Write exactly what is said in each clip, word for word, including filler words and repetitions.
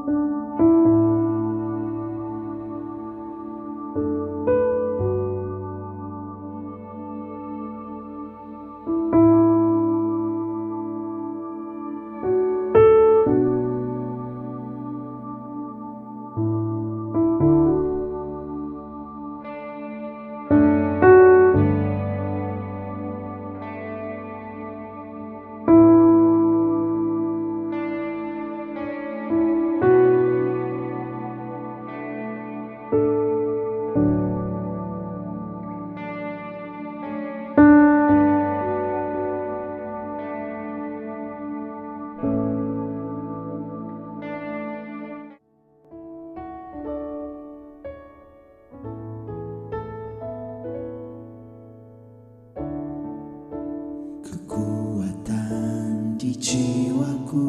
Kekuatan di jiwaku,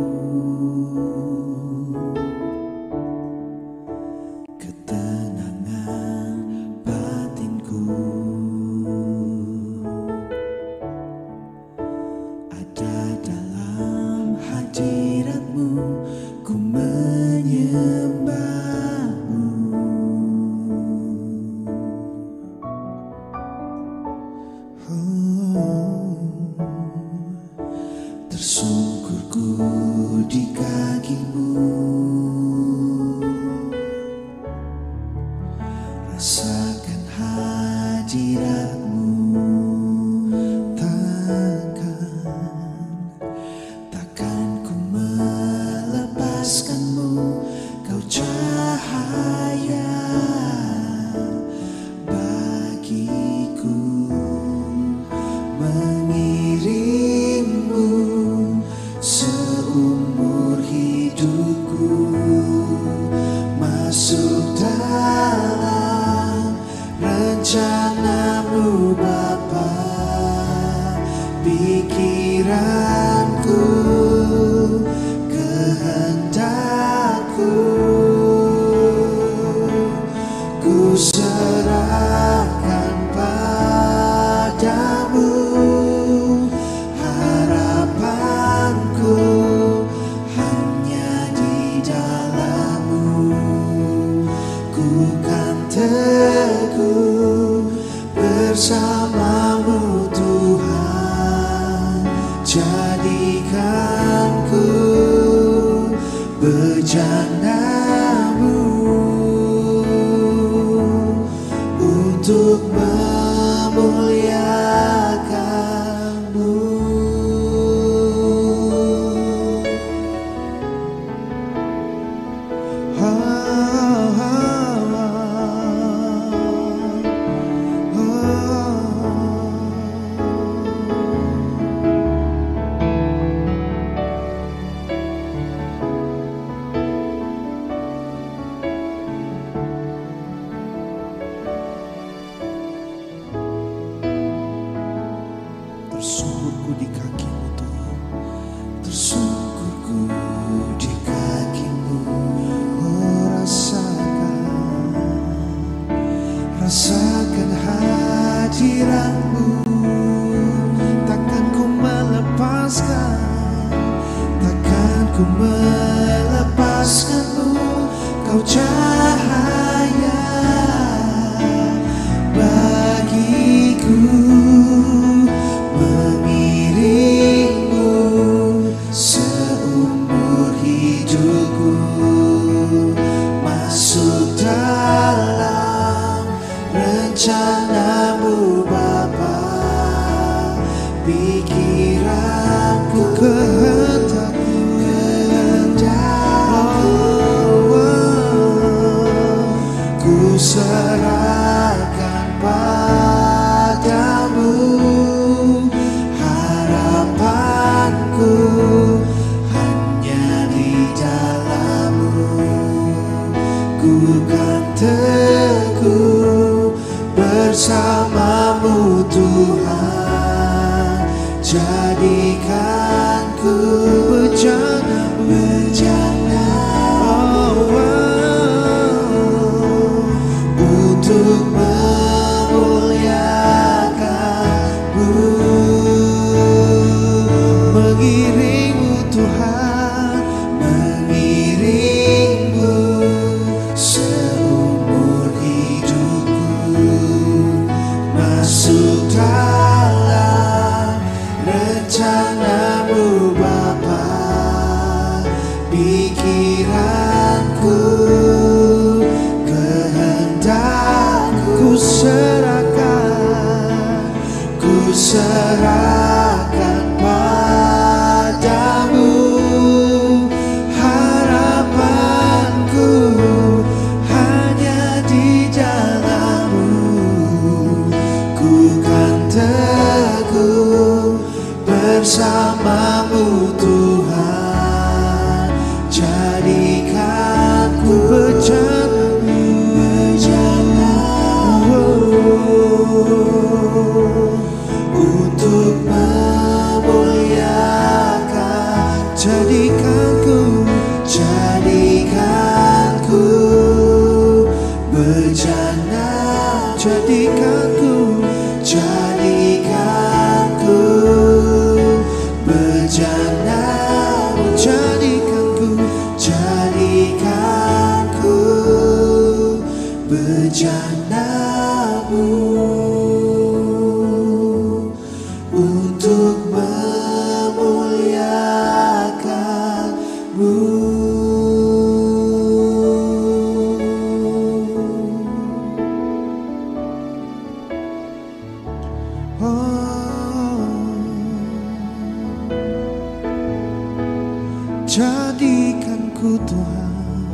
ketenangan batinku, ada dalam hadirat-Mu, ku menyembah-Mu. Tersungkurku di kaki-Mu, rasakan hadirat-Mu. Takkan, takkan ku melepaskan-Mu, Kau cahaya bagiku. Mengiring-Mu seumur hidupku, masuk dalam rencana-Mu Bapa. Pikiranku, kehendakku, ku serahkan padamu. Harapanku hanya di dalam-Mu, ku kan teguh bersama-Mu Tuhan. Jadikanku bejana-Mu untuk memuliakan-Mu. Oh, oh, oh, oh. Tersungkurku di kaki-Mu Tuhan, tersungkurku di kaki-Mu. Oh, rasakan, rasakan hadirat-Mu. Takkan ku melepaskan, takkan ku melepaskan-Mu. Kau cahaya bagiku. Mengiring-Mu seumur hidupku, masuk dalam rencana-Mu Bapa. Pikiranku, kehendakku, kehendakku, ku serahkan padamu. Harapanku hanya di dalam-Mu, ku kan teguh bersama-Mu Tuhan. Jadikanku bejana-Mu, bejana-Mu, untuk memuliakan-Mu. Mengiring-Mu Tuhan, mengiring-Mu bejanamu untuk memuliakanmu. Jadikan ku Tuhan.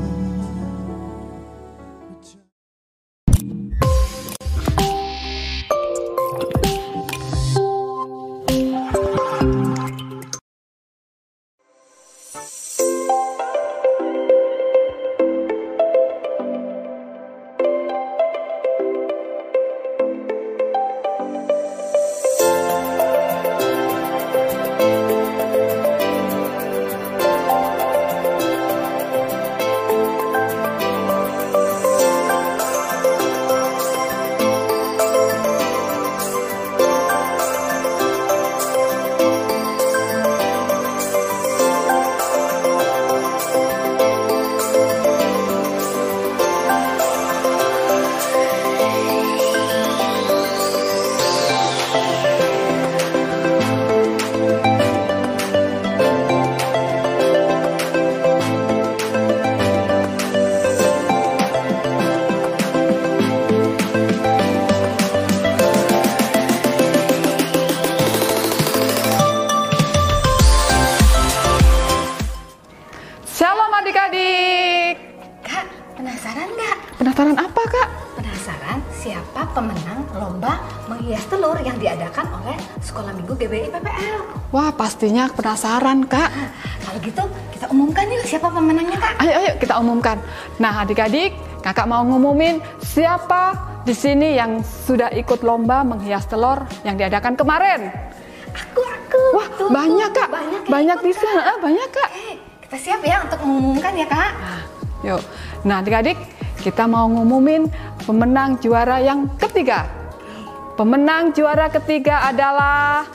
Shalom adik-adik. Kak, penasaran nggak? Penasaran apa, Kak? Penasaran siapa pemenang lomba menghias telur yang diadakan oleh Sekolah Minggu G B I P P L? Wah, pastinya penasaran, Kak. Nah, kalau gitu kita umumkan yuk siapa pemenangnya, Kak. Ayo, ayo kita umumkan. Nah, adik-adik, Kakak mau ngumumin siapa di sini yang sudah ikut lomba menghias telur yang diadakan kemarin? Aku, aku. Wah, Tuh, banyak, tuh, Kak. Banyak, yang Banyak ikut, di sana, Kak. ah, banyak, Kak. Oke, kita siap ya untuk mengumumkan ya, Kak. Nah, yuk. Nah, adik-adik, kita mau ngumumin pemenang juara yang ketiga. Pemenang juara ketiga adalah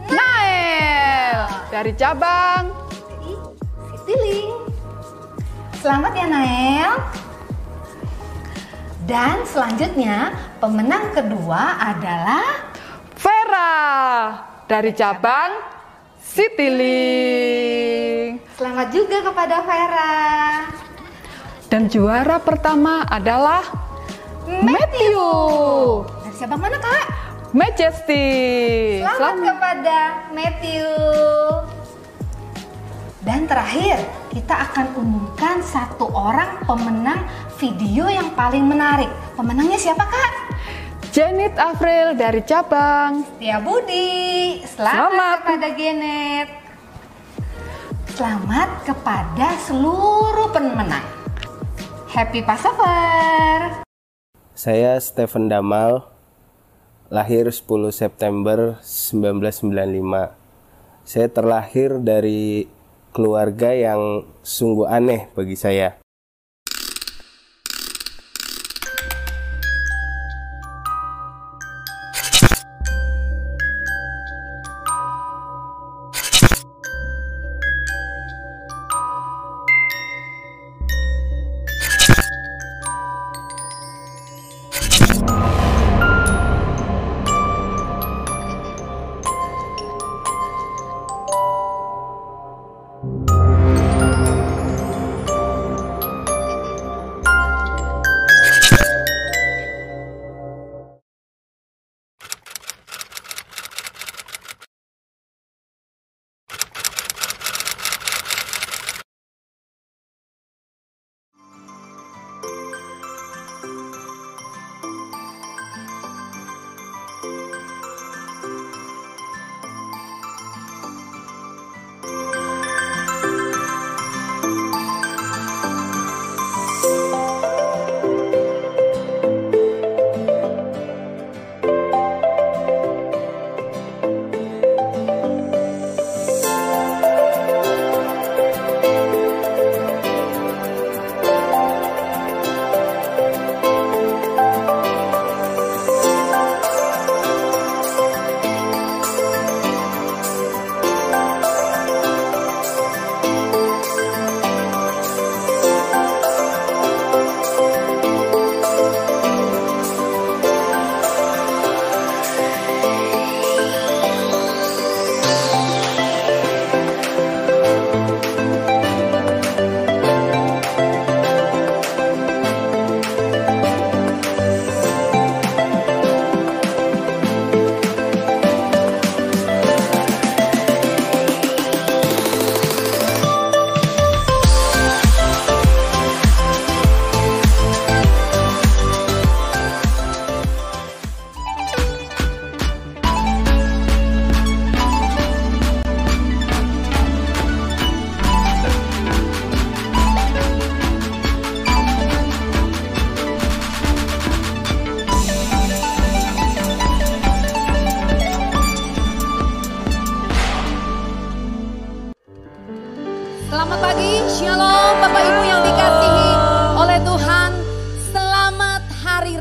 Nael dari cabang Citylink. Selamat ya, Nael. Dan selanjutnya pemenang kedua adalah Vera dari cabang Citylink. selamat juga kepada Vera. Dan juara pertama adalah Matthew Dari cabang mana, Kak? Majesty. Selamat kepada Matthew. Dan terakhir, kita akan umumkan satu orang pemenang video yang paling menarik. Pemenangnya siapa, Kak? Janet April dari cabang Setia Budi. Selamat, Selamat. kepada Janet. Selamat kepada seluruh pemenang. Happy Passover. Saya Stephen Damal, lahir sepuluh September seribu sembilan ratus sembilan puluh lima. Saya terlahir dari keluarga yang sungguh aneh bagi saya.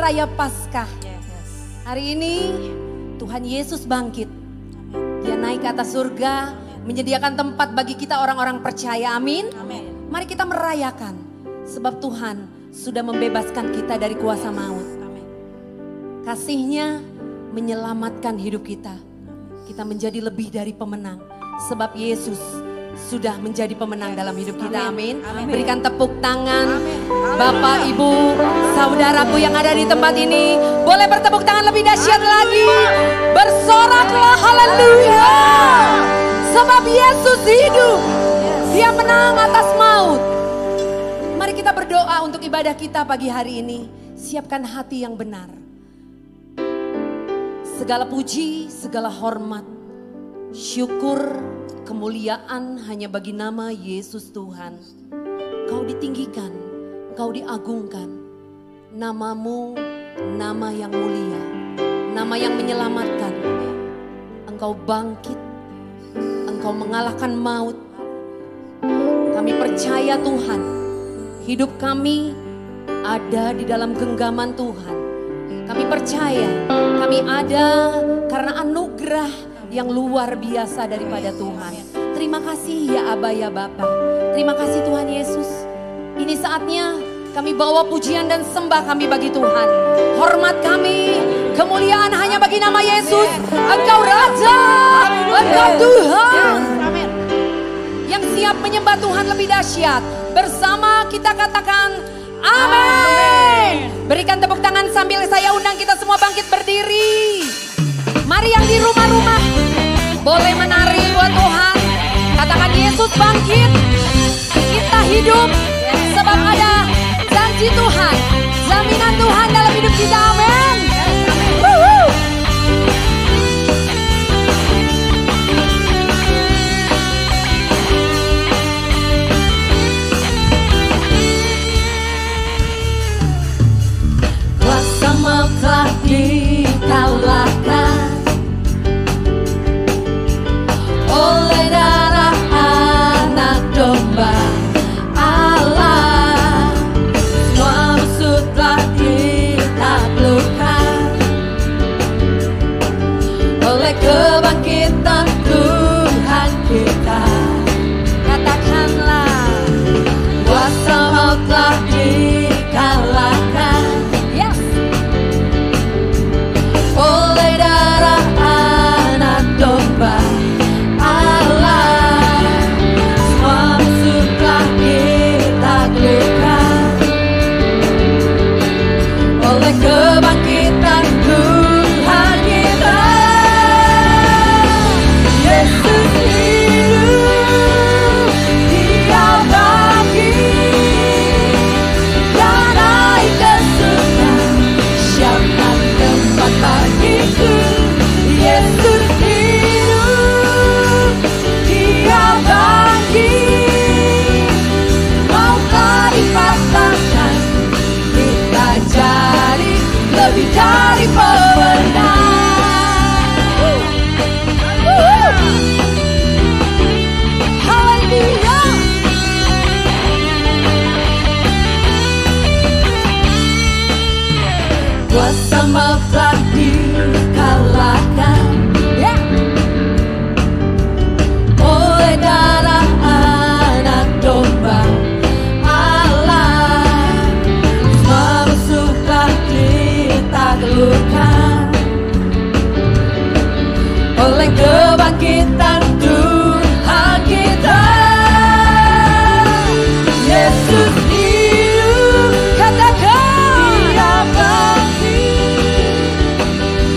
Raya Paskah. Hari ini Tuhan Yesus bangkit. Dia naik ke atas surga, menyediakan tempat bagi kita orang-orang percaya. Amin. Mari kita merayakan, sebab Tuhan sudah membebaskan kita dari kuasa maut. Kasih-Nya menyelamatkan hidup kita. Kita menjadi lebih dari pemenang, sebab Yesus sudah menjadi pemenang dalam hidup kita. Amin. Berikan tepuk tangan. Bapak, Ibu, saudaraku yang ada di tempat ini, boleh bertepuk tangan lebih dahsyat lagi. Bersoraklah haleluya. Sebab Yesus hidup. Dia menang atas maut. Mari kita berdoa untuk ibadah kita pagi hari ini. Siapkan hati yang benar. Segala puji, segala hormat, syukur, kemuliaan hanya bagi nama Yesus Tuhan. Engkau ditinggikan, Engkau diagungkan. Namamu nama yang mulia, nama yang menyelamatkan. Engkau bangkit, Engkau mengalahkan maut. Kami percaya Tuhan, hidup kami ada di dalam genggaman Tuhan. Kami percaya kami ada karena anugerah yang luar biasa daripada Tuhan. Terima kasih ya Aba ya Bapa. Terima kasih Tuhan Yesus. Ini saatnya kami bawa pujian dan sembah kami bagi Tuhan. Hormat kami, kemuliaan hanya bagi nama Yesus. Engkau Raja, Engkau Tuhan. Yang siap menyembah Tuhan lebih dahsyat. Bersama kita katakan amin. Berikan tepuk tangan sambil saya undang kita semua bangkit berdiri. Mari yang di rumah-rumah boleh menari buat Tuhan. Katakan Yesus bangkit. Kita hidup sebab ada janji Tuhan, jaminan Tuhan dalam hidup kita. Amin. Wuhu. Kuasa maut telah dikalahkan oleh darah anak domba Allah. Semua musuh telah ditaklukkan oleh kebangkitan Tuhan kita. Katakanlah, kuasa maut telah dikalahkan. Yes. Oleh darah anak domba Allah. Semua musuh telah ditaklukkan oleh kebangkitan Tuhan kita. Yesus hidup, Dia bangkit, Dia naik ke surga, siapkan tempat bagiku. Yesus hidup, Dia bangkit, maut telah dipatahkan, kita jadi lebih dari pemenang. Haleluya. Kuasa maut telah dikalahkan, yeah. Oleh darah anak domba Allah. Semua musuh telah ditaklukkan oleh kebangkitan Tuhan kita. Yesus hidup, katakan Dia bangkit,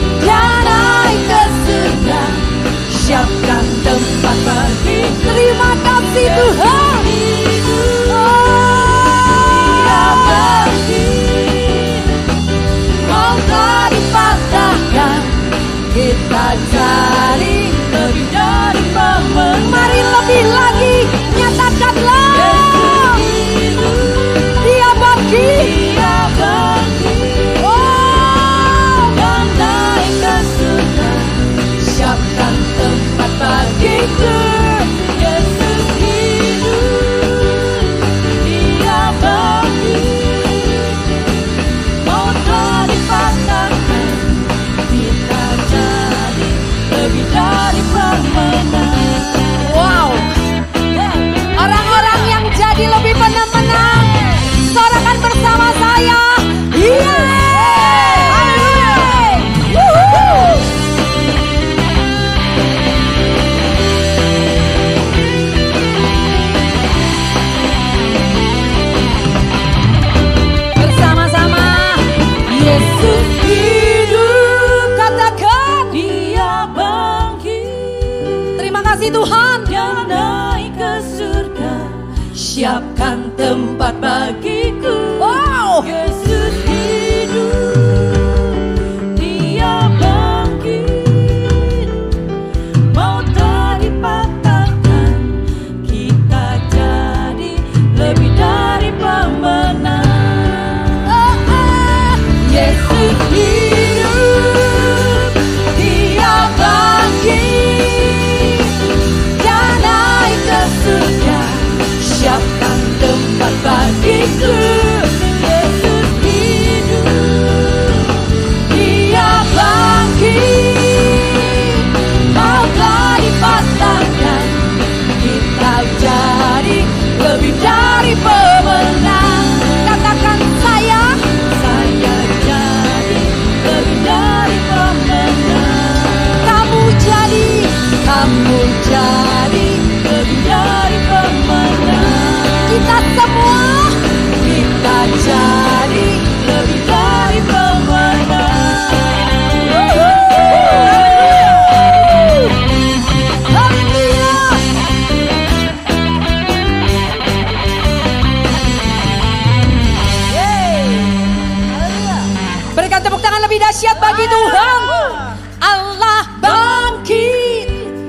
lebih dahsyat bagi Tuhan. Allah bangkit,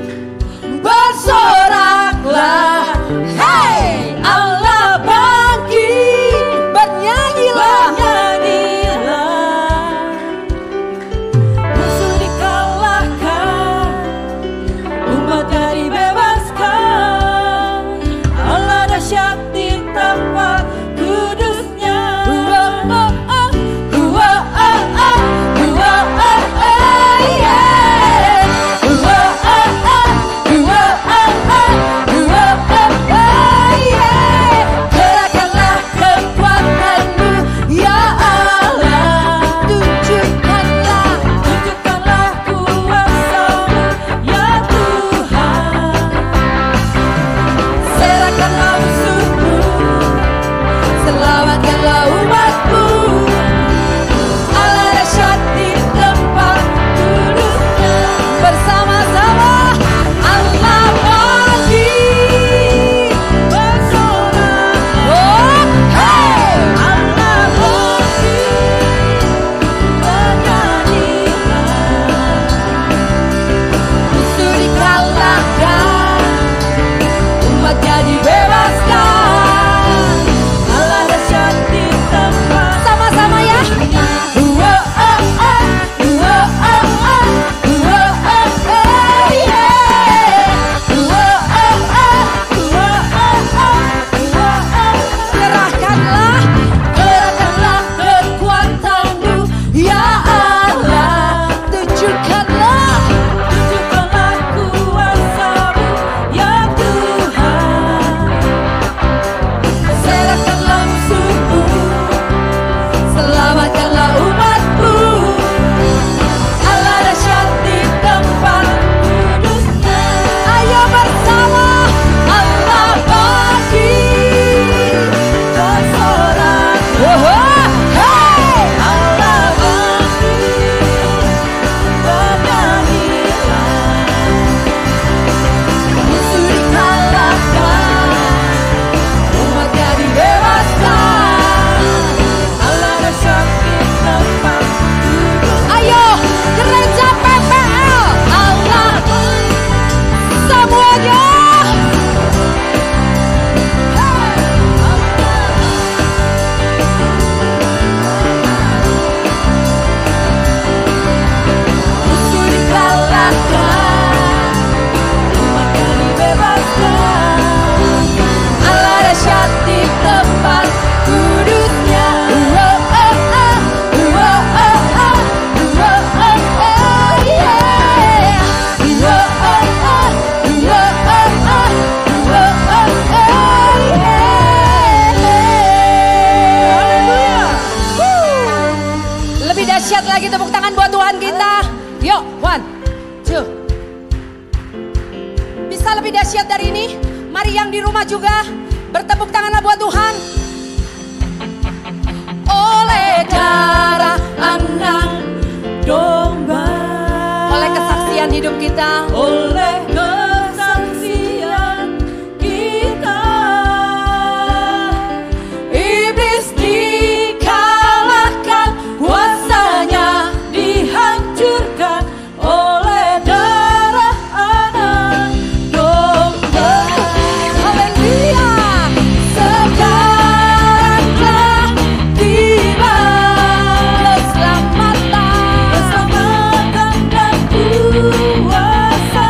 bersoraklah. Hey, Allah bangkit, bernyanyilah, nyanyilah. Musuh dikalahkan, umatnya dibebaskan. Allah dahsyat di tempat kudusnya. Dahsyat lagi, tepuk tangan buat Tuhan kita. Yuk, one, two. Bisa lebih dahsyat dari ini? Mari yang di rumah juga bertepuk tanganlah buat Tuhan. Oleh darah anak domba, oleh kesaksian hidup kita, oleh kesaksian kita, iblis dikalahkan, kuasanya dihancurkan oleh darah anak domba. Haleluya. Sekarang telah tiba keselamatan, keselamatan dan kuasa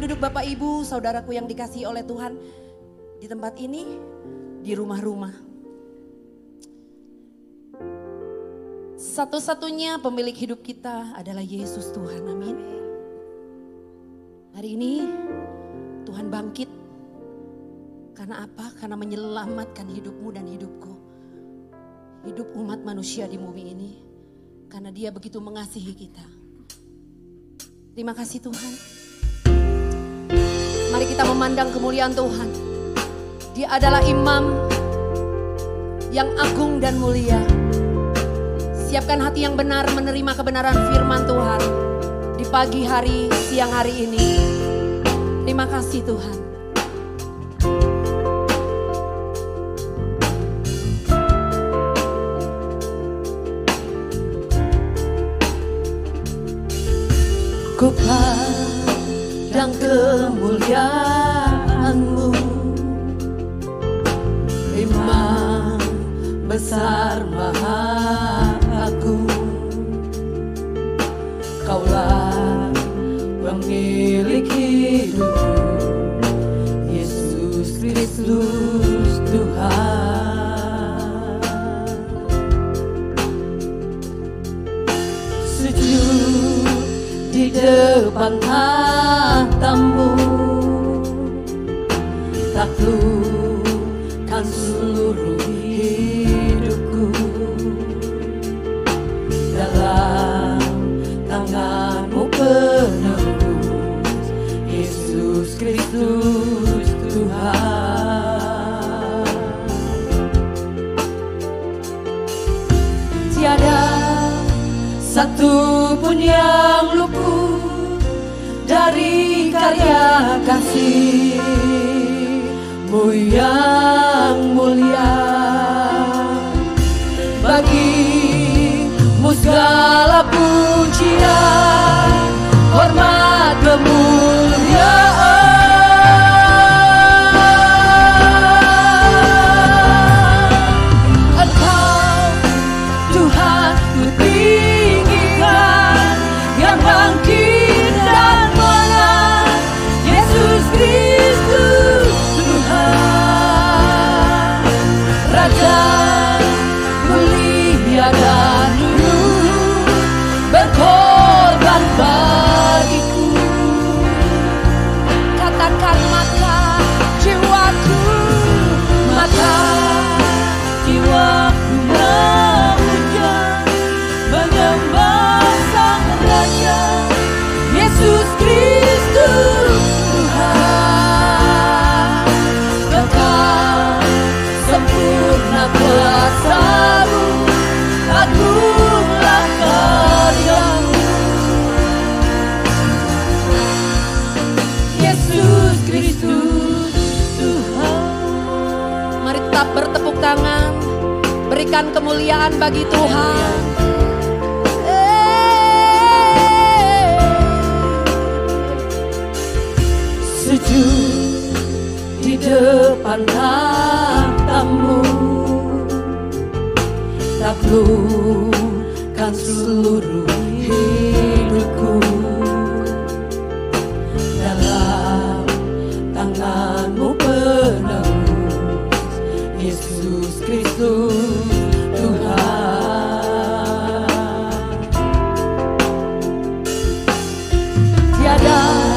duduk Bapak Ibu, saudaraku yang dikasihi oleh Tuhan. Di tempat ini, di rumah-rumah. Satu-satunya pemilik hidup kita adalah Yesus Tuhan, amin. Hari ini Tuhan bangkit. Karena apa? Karena menyelamatkan hidupmu dan hidupku. Hidup umat manusia di bumi ini. Karena Dia begitu mengasihi kita. Terima kasih Tuhan. Mari kita memandang kemuliaan Tuhan. Dia adalah imam yang agung dan mulia. Siapkan hati yang benar menerima kebenaran firman Tuhan. Di pagi hari, siang hari ini. Terima kasih Tuhan. Ku pandang kemuliaan-Mu, Imam besar maha agung. Kaulah pemilik hidupku, Yesus Kristus Tuhan. Sujud di depan tahta-Mu, taklukkan seluruh hidupku. Dalam tangan-Mu penebus, Yesus Kristus Tuhan. Tiada satu pun yang luput dari karya kasih-Mu yang mulia. Bagi-Mu segala pujian, hormat, kemuliaan. Engkau Tuhan ku tinggikan, yang bangkit dan menang, Yesus Kristus Tuhan. Raja mulia dan luluh, berkorban bagiku. Katakan maka jiwaku, maka jiwaku memuja, menyembah Sang Raja, Yesus Kristus Tuhan. Kekal sempurna kuasa-Mu, agunglah karya-Mu, Yesus Kristus Tuhan. Mari tetap bertepuk tangan, berikan kemuliaan bagi Tuhan. Sujud di depan tahta-Mu, taklukkan seluruh hidupku. Dalam tangan-Mu penebus, Yesus Kristus Tuhan. Tiada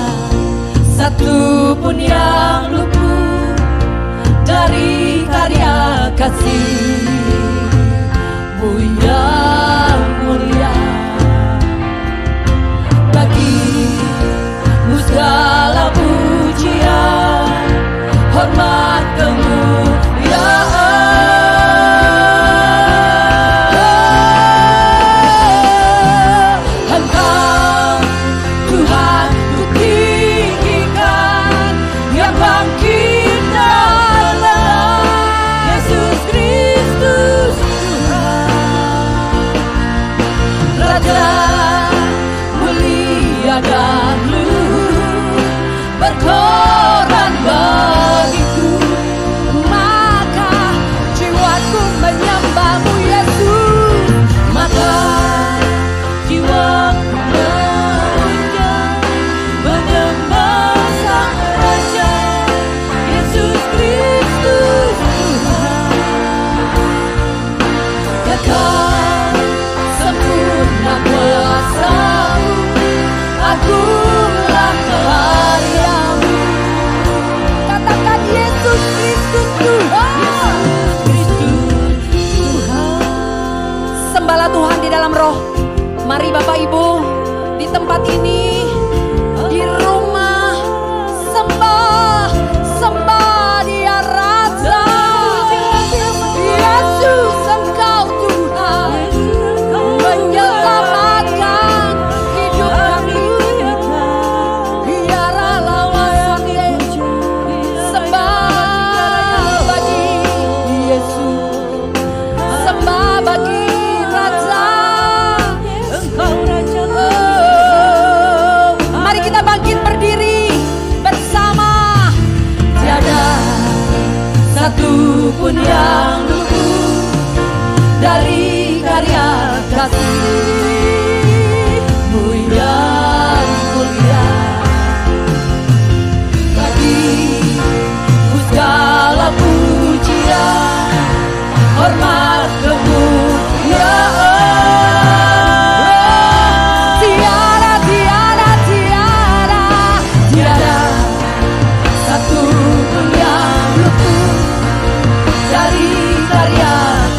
satu pun yang luput dari karya kasih-Mu yang mulia. Bagi-Mu segala pujian, hormat, kemuliaan. Engkau Tuhan ku tinggikan, yang bangkit dan menang, Yesus Kristus Tuhan. satu pun yang luput dari karya kasih-Mu yang mulia. Bagi-Mu segala pujian, hormat, kemuliaan. Tiada, tiada, tiada, tiada satu pun yang luput dari karya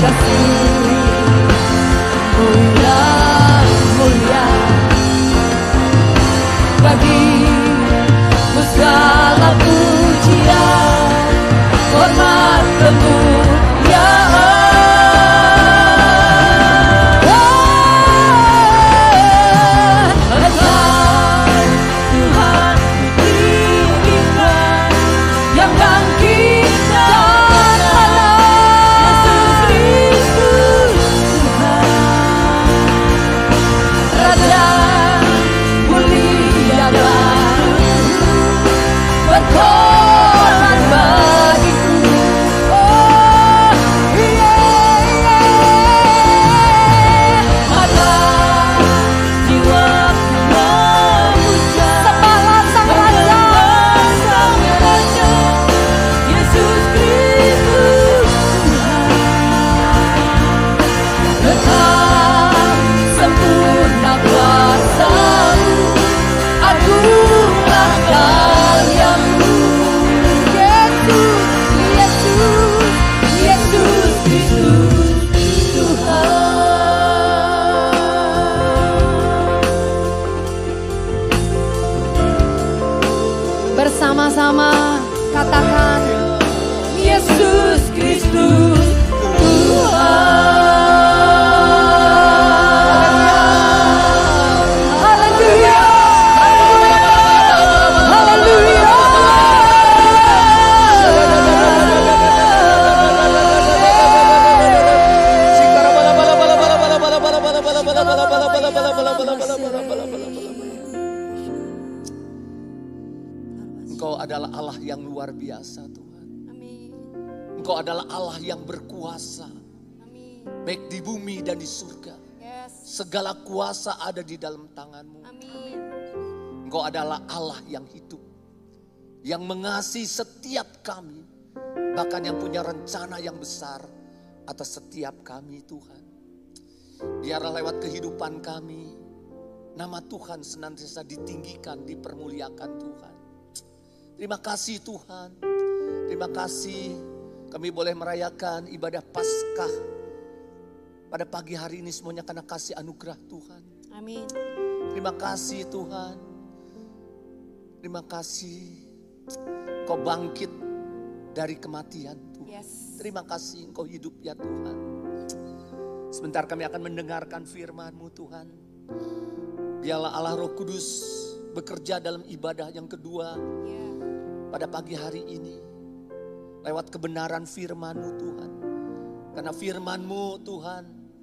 kasih-Mu yang mulia. Bagi-Mu segala pujian, hormat, kemuliaan. Bersama-sama katakan Yesus Kristus Tuhan. Haleluya. Haleluya. Engkau adalah Allah yang luar biasa Tuhan. Engkau adalah Allah yang berkuasa. Baik di bumi dan di surga. Segala kuasa ada di dalam tangan-Mu. Engkau adalah Allah yang hidup. Yang mengasihi setiap kami. Bahkan yang punya rencana yang besar atas setiap kami Tuhan. Biarlah lewat kehidupan kami, nama Tuhan senantiasa ditinggikan, dipermuliakan Tuhan. Terima kasih Tuhan. Terima kasih kami boleh merayakan ibadah Paskah pada pagi hari ini semuanya karena kasih anugerah Tuhan. Amin. Terima kasih Tuhan. Terima kasih Kau bangkit dari kematian Tuhan. Yes. Terima kasih Engkau hidup ya Tuhan. Sebentar kami akan mendengarkan firman-Mu Tuhan. Biarlah Allah Roh Kudus bekerja dalam ibadah yang kedua. Yeah. Pada pagi hari ini lewat kebenaran firman-Mu Tuhan. Karena firman-Mu Tuhan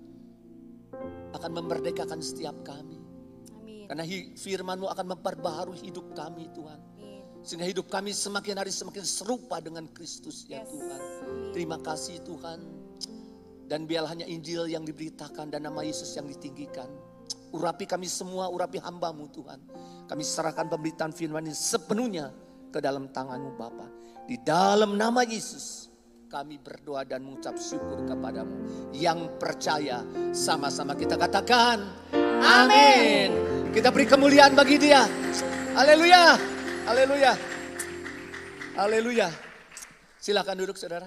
akan memerdekakan setiap kami. Amin. Karena firman-Mu akan memperbaharui hidup kami Tuhan. Amin. Sehingga hidup kami semakin hari semakin serupa dengan Kristus ya Yes. Tuhan. Amin. Terima kasih Tuhan. Dan biarlah hanya Injil yang diberitakan dan nama Yesus yang ditinggikan. Urapi kami semua, urapi hamba-Mu Tuhan. Kami serahkan pemberitaan firman ini sepenuhnya ke dalam tangan-Mu Bapa. Di dalam nama Yesus kami berdoa dan mengucap syukur kepadamu. Yang percaya sama-sama kita katakan amin. Kita beri kemuliaan bagi Dia. Haleluya. Haleluya. Haleluya. Silakan duduk saudara.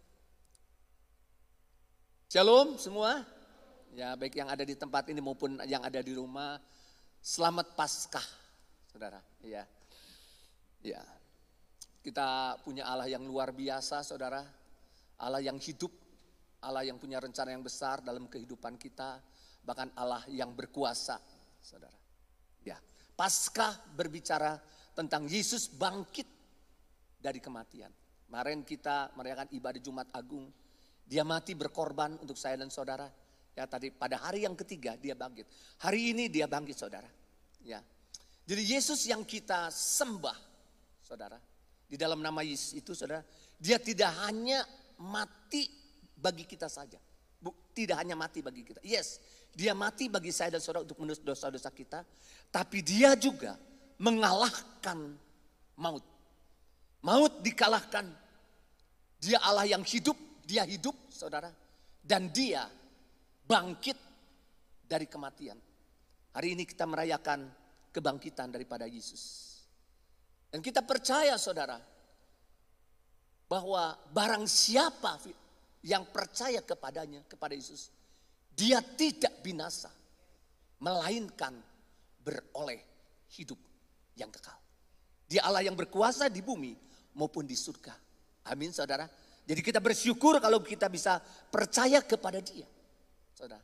Shalom semua. Ya baik yang ada di tempat ini maupun yang ada di rumah. Selamat Paskah saudara. Ya. Ya, kita punya Allah yang luar biasa saudara. Allah yang hidup, Allah yang punya rencana yang besar dalam kehidupan kita. Bahkan Allah yang berkuasa saudara. Ya, Paskah berbicara tentang Yesus bangkit dari kematian. Kemarin kita merayakan ibadah Jumat Agung. Dia mati berkorban untuk saya dan saudara. Ya tadi pada hari yang ketiga dia bangkit. Hari ini dia bangkit saudara. Ya, jadi Yesus yang kita sembah saudara, Di dalam nama Yesus itu saudara, dia tidak hanya mati bagi kita saja. Bu, tidak hanya mati bagi kita. Yes, dia mati bagi saya dan saudara untuk menebus dosa-dosa kita. Tapi dia juga mengalahkan maut. Maut dikalahkan. Dia Allah yang hidup, dia hidup saudara. Dan dia bangkit dari kematian. Hari ini kita merayakan kebangkitan daripada Yesus. Dan kita percaya saudara, bahwa barang siapa yang percaya kepadanya, kepada Yesus, dia tidak binasa, melainkan beroleh hidup yang kekal. Dia Allah yang berkuasa di bumi maupun di surga. Amin saudara. Jadi kita bersyukur kalau kita bisa percaya kepada dia. Saudara,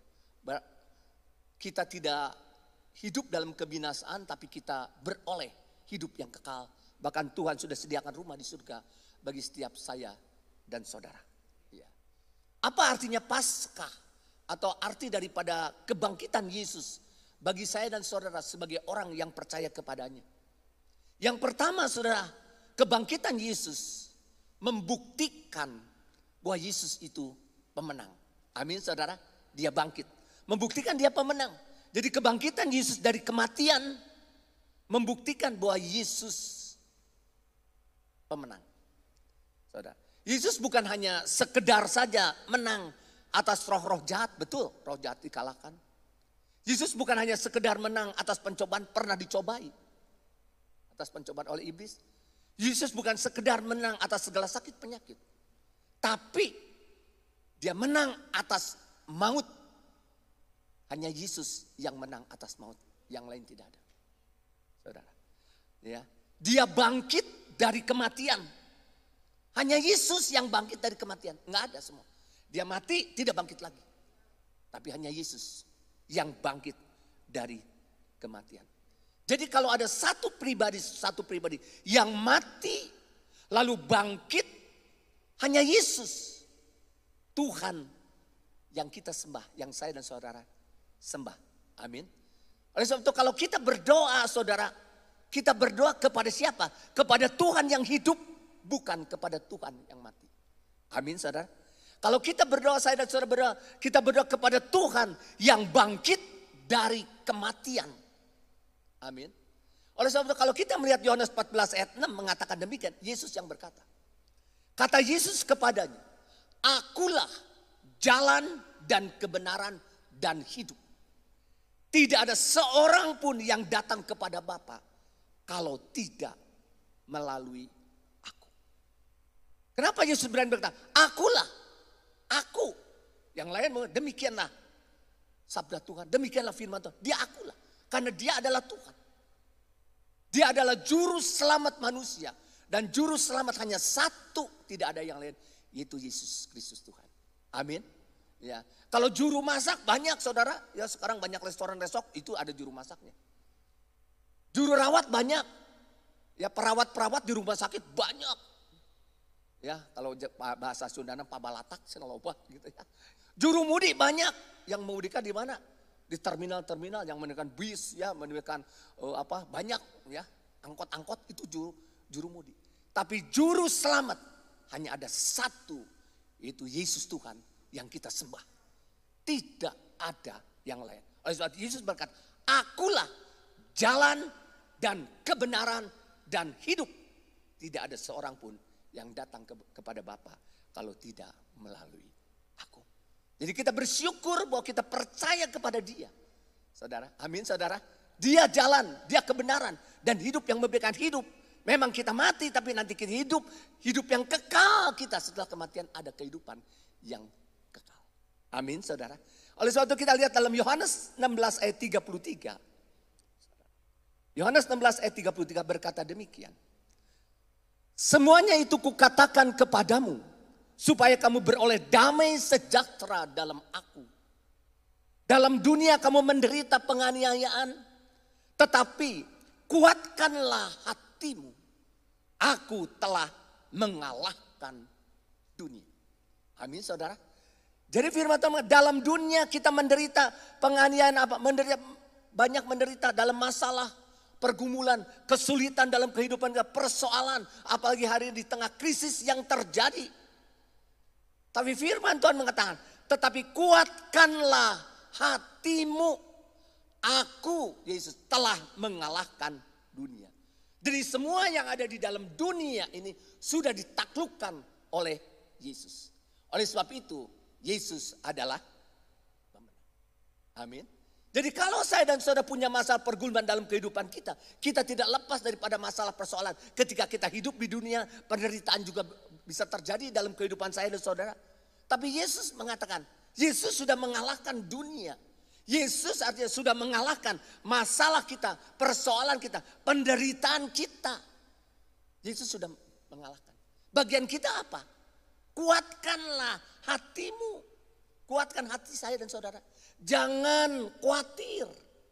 kita tidak hidup dalam kebinasaan, tapi kita beroleh hidup yang kekal. Bahkan Tuhan sudah sediakan rumah di surga bagi setiap saya dan saudara. Ya. Apa artinya Paskah atau arti daripada kebangkitan Yesus bagi saya dan saudara sebagai orang yang percaya kepadanya? Yang pertama saudara, kebangkitan Yesus membuktikan bahwa Yesus itu pemenang. Amin saudara, dia bangkit. Membuktikan dia pemenang. Jadi kebangkitan Yesus dari kematian membuktikan bahwa Yesus pemenang. Saudara, Yesus bukan hanya sekedar saja menang atas roh-roh jahat, betul, roh jahat dikalahkan. Yesus bukan hanya sekedar menang atas pencobaan, pernah dicobai atas pencobaan oleh iblis. Yesus bukan sekedar menang atas segala sakit penyakit, tapi dia menang atas maut. Hanya Yesus yang menang atas maut, yang lain tidak ada. Saudara, ya, dia bangkit dari kematian. Hanya Yesus yang bangkit dari kematian. Enggak ada semua. Dia mati tidak bangkit lagi. Tapi hanya Yesus yang bangkit dari kematian. Jadi kalau ada satu pribadi, satu pribadi yang mati lalu bangkit, hanya Yesus. Tuhan yang kita sembah, yang saya dan saudara sembah. Amin. Oleh sebab itu kalau kita berdoa saudara, kita berdoa kepada siapa? Kepada Tuhan yang hidup, bukan kepada Tuhan yang mati. Amin saudara. Kalau kita berdoa, saya dan saudara berdoa, kita berdoa kepada Tuhan yang bangkit dari kematian. Amin. Oleh sebab itu kalau kita melihat Yohanes empat belas ayat enam mengatakan demikian, Yesus yang berkata. Kata Yesus kepadanya, akulah jalan dan kebenaran dan hidup. Tidak ada seorang pun yang datang kepada Bapa kalau tidak melalui aku. Kenapa Yesus berani berkata, akulah, aku. Yang lain demikianlah sabda Tuhan, demikianlah firman Tuhan. Dia akulah, karena dia adalah Tuhan. Dia adalah juru selamat manusia. Dan juru selamat hanya satu, tidak ada yang lain, yaitu Yesus Kristus Tuhan. Amin. Ya, kalau juru masak banyak saudara, ya sekarang banyak restoran-restoran itu ada juru masaknya. Juru rawat banyak, ya perawat-perawat di rumah sakit banyak. Ya kalau bahasa Sundana pabalatak, senaloba gitu ya. Juru mudi banyak, yang memudikan di mana? Di terminal-terminal yang menekan bis, ya menekan uh, apa banyak ya angkot-angkot itu juru juru mudi. Tapi juru selamat hanya ada satu, yaitu Yesus Tuhan yang kita sembah. Tidak ada yang lain. Oleh sebab Yesus berkata, akulah jalan dan kebenaran dan hidup. Tidak ada seorang pun yang datang ke, kepada Bapa kalau tidak melalui aku. Jadi kita bersyukur bahwa kita percaya kepada dia. Saudara, amin saudara. Dia jalan, dia kebenaran dan hidup yang memberikan hidup. Memang kita mati tapi nanti kita hidup. Hidup yang kekal kita setelah kematian ada kehidupan yang kekal. Amin saudara. Oleh sebab itu kita lihat dalam Yohanes enam belas ayat tiga puluh tiga. Yohanes enam belas ayat tiga puluh tiga berkata demikian. Semuanya itu kukatakan kepadamu supaya kamu beroleh damai sejahtera dalam aku. Dalam dunia kamu menderita penganiayaan, tetapi kuatkanlah hatimu. Aku telah mengalahkan dunia. Amin saudara. Jadi firman Tuhan, dalam dunia kita menderita penganiayaan apa? Menderita, banyak menderita dalam masalah, pergumulan, kesulitan dalam kehidupan kita, persoalan, apalagi hari ini di tengah krisis yang terjadi. Tapi firman Tuhan mengatakan, tetapi kuatkanlah hatimu. Aku, Yesus, telah mengalahkan dunia. Jadi semua yang ada di dalam dunia ini sudah ditaklukkan oleh Yesus. Oleh sebab itu, Yesus adalah pemenang. Amin. Jadi kalau saya dan saudara punya masalah pergumulan dalam kehidupan kita, kita tidak lepas daripada masalah persoalan. Ketika kita hidup di dunia, penderitaan juga bisa terjadi dalam kehidupan saya dan saudara. Tapi Yesus mengatakan, Yesus sudah mengalahkan dunia. Yesus artinya sudah mengalahkan masalah kita, persoalan kita, penderitaan kita. Yesus sudah mengalahkan. Bagian kita apa? Kuatkanlah hatimu. Kuatkan hati saya dan saudara. Jangan khawatir,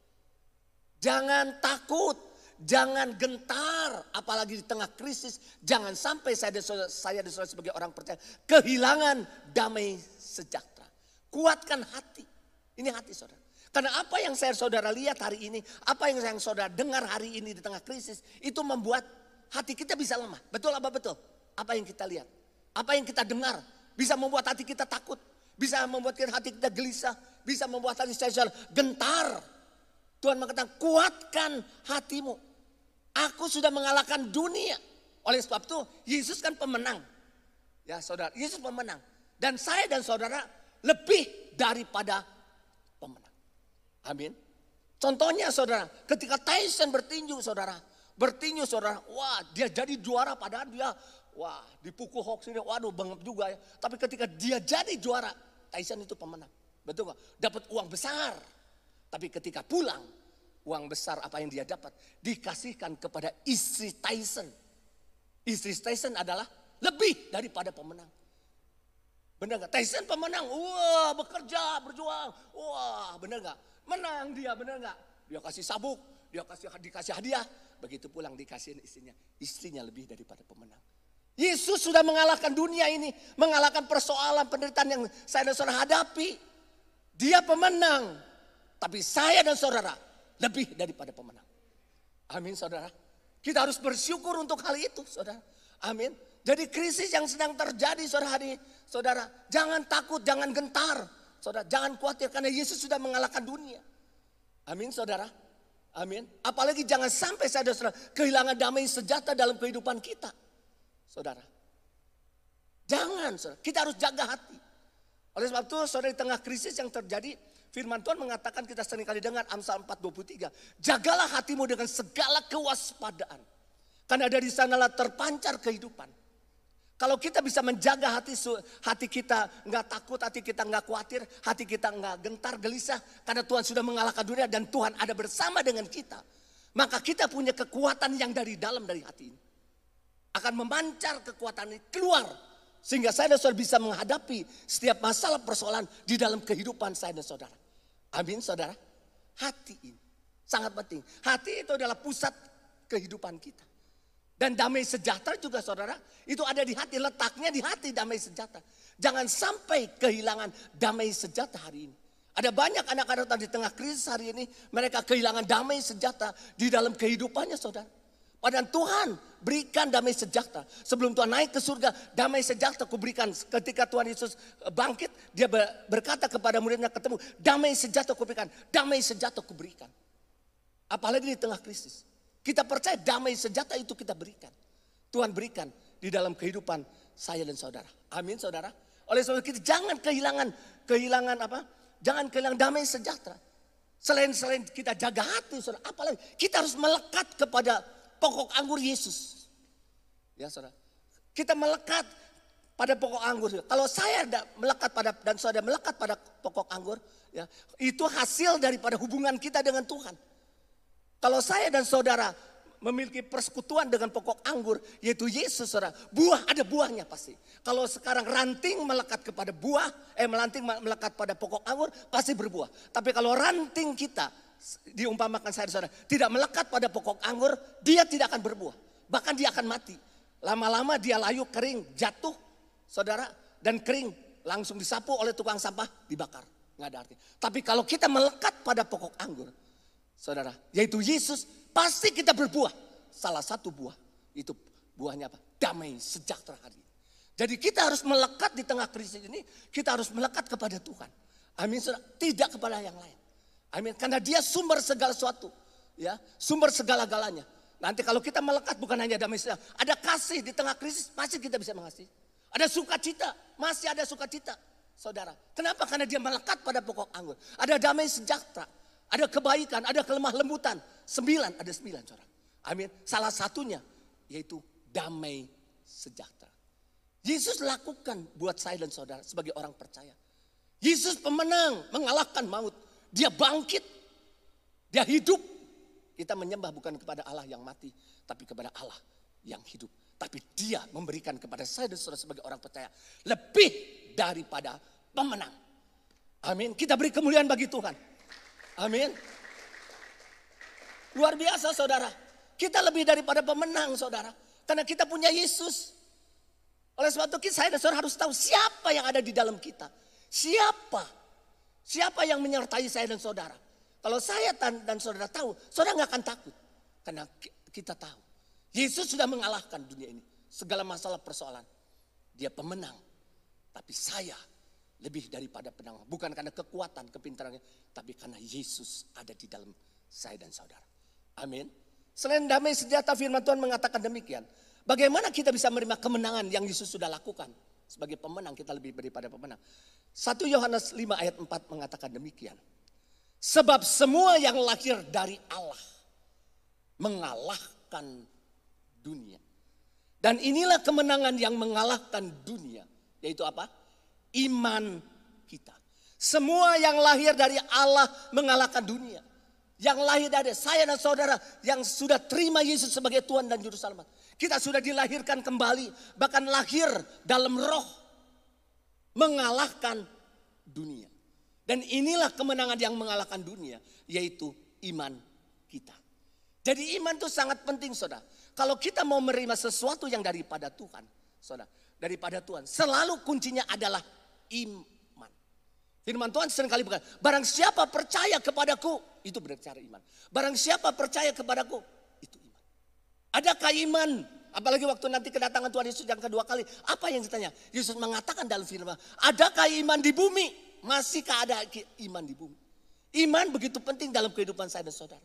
jangan takut, jangan gentar, apalagi di tengah krisis. Jangan sampai saya dan saudara, saya dan saudara sebagai orang percaya kehilangan damai sejahtera. Kuatkan hati, ini hati saudara. Karena apa yang saya saudara lihat hari ini, apa yang saya saudara dengar hari ini di tengah krisis, itu membuat hati kita bisa lemah. Betul apa betul? Apa yang kita lihat, apa yang kita dengar, bisa membuat hati kita takut. Bisa membuat hati kita gelisah. Bisa membuat hati saya gentar. Tuhan mengatakan kuatkan hatimu. Aku sudah mengalahkan dunia. Oleh sebab itu Yesus kan pemenang. Ya saudara, Yesus pemenang. Dan saya dan saudara lebih daripada pemenang. Amin. Contohnya saudara, ketika Tyson bertinju saudara. Bertinju saudara, wah dia jadi juara padahal dia wah dipukul hoax ini, waduh banget juga ya. Tapi ketika dia jadi juara, Tyson itu pemenang. Betul gak? Dapat uang besar. Tapi ketika pulang, uang besar apa yang dia dapat dikasihkan kepada istri Tyson. Istri Tyson adalah lebih daripada pemenang. Benar gak? Tyson pemenang. Wah bekerja, berjuang. Wah benar gak? Menang dia, benar gak? Dia kasih sabuk, dia kasih dikasih hadiah. Begitu pulang dikasih istrinya. Istrinya lebih daripada pemenang. Yesus sudah mengalahkan dunia ini. Mengalahkan persoalan penderitaan yang saya dan saudara hadapi. Dia pemenang. Tapi saya dan saudara lebih daripada pemenang. Amin saudara. Kita harus bersyukur untuk hal itu saudara. Amin. Jadi krisis yang sedang terjadi saudara hari saudara. Jangan takut, jangan gentar. Saudara, jangan khawatir karena Yesus sudah mengalahkan dunia. Amin saudara. Amin. Apalagi jangan sampai saya dan saudara kehilangan damai sejahtera dalam kehidupan kita. Saudara, jangan saudara, kita harus jaga hati. Oleh sebab itu saudara di tengah krisis yang terjadi, firman Tuhan mengatakan kita seringkali dengar Amsal empat dua puluh tiga. Jagalah hatimu dengan segala kewaspadaan. Karena dari sanalah terpancar kehidupan. Kalau kita bisa menjaga hati hati kita nggak takut, hati kita nggak khawatir, hati kita nggak gentar, gelisah. Karena Tuhan sudah mengalahkan dunia dan Tuhan ada bersama dengan kita. Maka kita punya kekuatan yang dari dalam dari hati ini. Akan memancar kekuatan ini keluar. Sehingga saya dan saudara bisa menghadapi setiap masalah persoalan di dalam kehidupan saya dan saudara. Amin saudara. Hati ini sangat penting. Hati itu adalah pusat kehidupan kita. Dan damai sejahtera juga saudara. Itu ada di hati, letaknya di hati damai sejahtera. Jangan sampai kehilangan damai sejahtera hari ini. Ada banyak anak-anak di tengah krisis hari ini. Mereka kehilangan damai sejahtera di dalam kehidupannya saudara. Padahal Tuhan berikan damai sejahtera. Sebelum Tuhan naik ke surga, damai sejahtera kuberikan. Ketika Tuhan Yesus bangkit, dia berkata kepada muridnya ketemu, damai sejahtera kuberikan, damai sejahtera kuberikan. Apalagi di tengah krisis. Kita percaya damai sejahtera itu kita berikan. Tuhan berikan di dalam kehidupan saya dan saudara. Amin saudara. Oleh sebab itu kita jangan kehilangan, kehilangan apa? Jangan kehilangan damai sejahtera. Selain selain kita jaga hati saudara, apalagi kita harus melekat kepada pokok anggur Yesus. Ya saudara. Kita melekat pada pokok anggur. Kalau saya melekat pada dan saudara melekat pada pokok anggur, ya, itu hasil daripada hubungan kita dengan Tuhan. Kalau saya dan saudara memiliki persekutuan dengan pokok anggur, yaitu Yesus saudara, buah ada buahnya pasti. Kalau sekarang ranting melekat kepada buah, eh melanting melekat pada pokok anggur, pasti berbuah. Tapi kalau ranting kita diumpamakan saya saudara tidak melekat pada pokok anggur, dia tidak akan berbuah, bahkan dia akan mati. Lama-lama dia layu, kering, jatuh saudara, dan kering langsung disapu oleh tukang sampah, dibakar, nggak ada arti. Tapi kalau kita melekat pada pokok anggur, Saudara, yaitu Yesus, pasti kita berbuah. Salah satu buah, itu buahnya apa? Damai sejahtera hari ini. Jadi kita harus melekat di tengah krisis ini, kita harus melekat kepada Tuhan. Amin, saudara. Tidak kepada yang lain. Amin, karena dia sumber segala sesuatu. Ya, sumber segala-galanya. Nanti kalau kita melekat bukan hanya damai sejahtera, ada kasih di tengah krisis, pasti kita bisa mengasihi. Ada sukacita, masih ada sukacita. Saudara, kenapa? Karena dia melekat pada pokok anggur. Ada damai sejahtera, ada kebaikan, ada kelemah lembutan. Sembilan, ada sembilan saudara. Amin. Salah satunya yaitu damai sejahtera. Yesus lakukan buat saya dan saudara sebagai orang percaya. Yesus pemenang, mengalahkan maut. Dia bangkit, dia hidup. Kita menyembah bukan kepada Allah yang mati, tapi kepada Allah yang hidup. Tapi dia memberikan kepada saya dan saudara sebagai orang percaya lebih daripada pemenang. Amin. Kita beri kemuliaan bagi Tuhan. Amin. Luar biasa saudara. Kita lebih daripada pemenang saudara. Karena kita punya Yesus. Oleh sebab itu saya dan saudara harus tahu siapa yang ada di dalam kita. Siapa? Siapa yang menyertai saya dan saudara. Kalau saya dan saudara tahu, saudara gak akan takut. Karena kita tahu. Yesus sudah mengalahkan dunia ini. Segala masalah persoalan. Dia pemenang. Tapi saya lebih daripada penang. Bukan karena kekuatan, kepintarannya. Tapi karena Yesus ada di dalam saya dan saudara. Amin. Selain damai sejahtera, firman Tuhan mengatakan demikian. Bagaimana kita bisa menerima kemenangan yang Yesus sudah lakukan. Sebagai pemenang kita lebih daripada pemenang. satu Yohanes lima ayat empat mengatakan demikian. Sebab semua yang lahir dari Allah mengalahkan dunia. Dan inilah kemenangan yang mengalahkan dunia. Yaitu apa? Iman kita. Semua yang lahir dari Allah mengalahkan dunia. Yang lahir dari saya dan saudara yang sudah terima Yesus sebagai Tuhan dan Juru Selamat. Kita sudah dilahirkan kembali. Bahkan lahir dalam roh. Mengalahkan dunia. Dan inilah kemenangan yang mengalahkan dunia. Yaitu iman kita. Jadi iman itu sangat penting saudara. Kalau kita mau menerima sesuatu yang daripada Tuhan. Saudara. Daripada Tuhan. Selalu kuncinya adalah iman. Firman Tuhan seringkali berkata. Barang siapa percaya kepadaku. Itu berbicara iman. Barang siapa percaya kepadaku. Itu iman. Adakah iman? Apalagi waktu nanti kedatangan Tuhan Yesus yang kedua kali. Apa yang ditanya? Yesus mengatakan dalam firman. Adakah iman di bumi? Masihkah ada iman di bumi? Iman begitu penting dalam kehidupan saya dan saudara.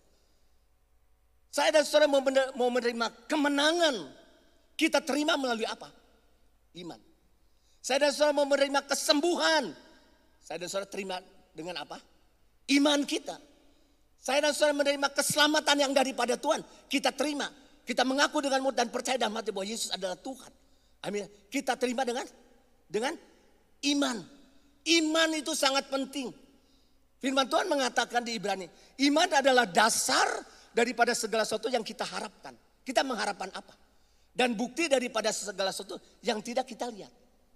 Saya dan saudara mau menerima kemenangan. Kita terima melalui apa? Iman. Saya dan saudara mau menerima kesembuhan. Saya dan saudara terima dengan apa? Iman kita. Saya dan saudara menerima keselamatan yang daripada Tuhan. Kita terima. Kita mengaku dengan mulut dan percaya dalam hati bahwa Yesus adalah Tuhan. Amin. Kita terima dengan dengan iman. Iman itu sangat penting. Firman Tuhan mengatakan di Ibrani, iman adalah dasar daripada segala sesuatu yang kita harapkan. Kita mengharapkan apa? Dan bukti daripada segala sesuatu yang tidak kita lihat.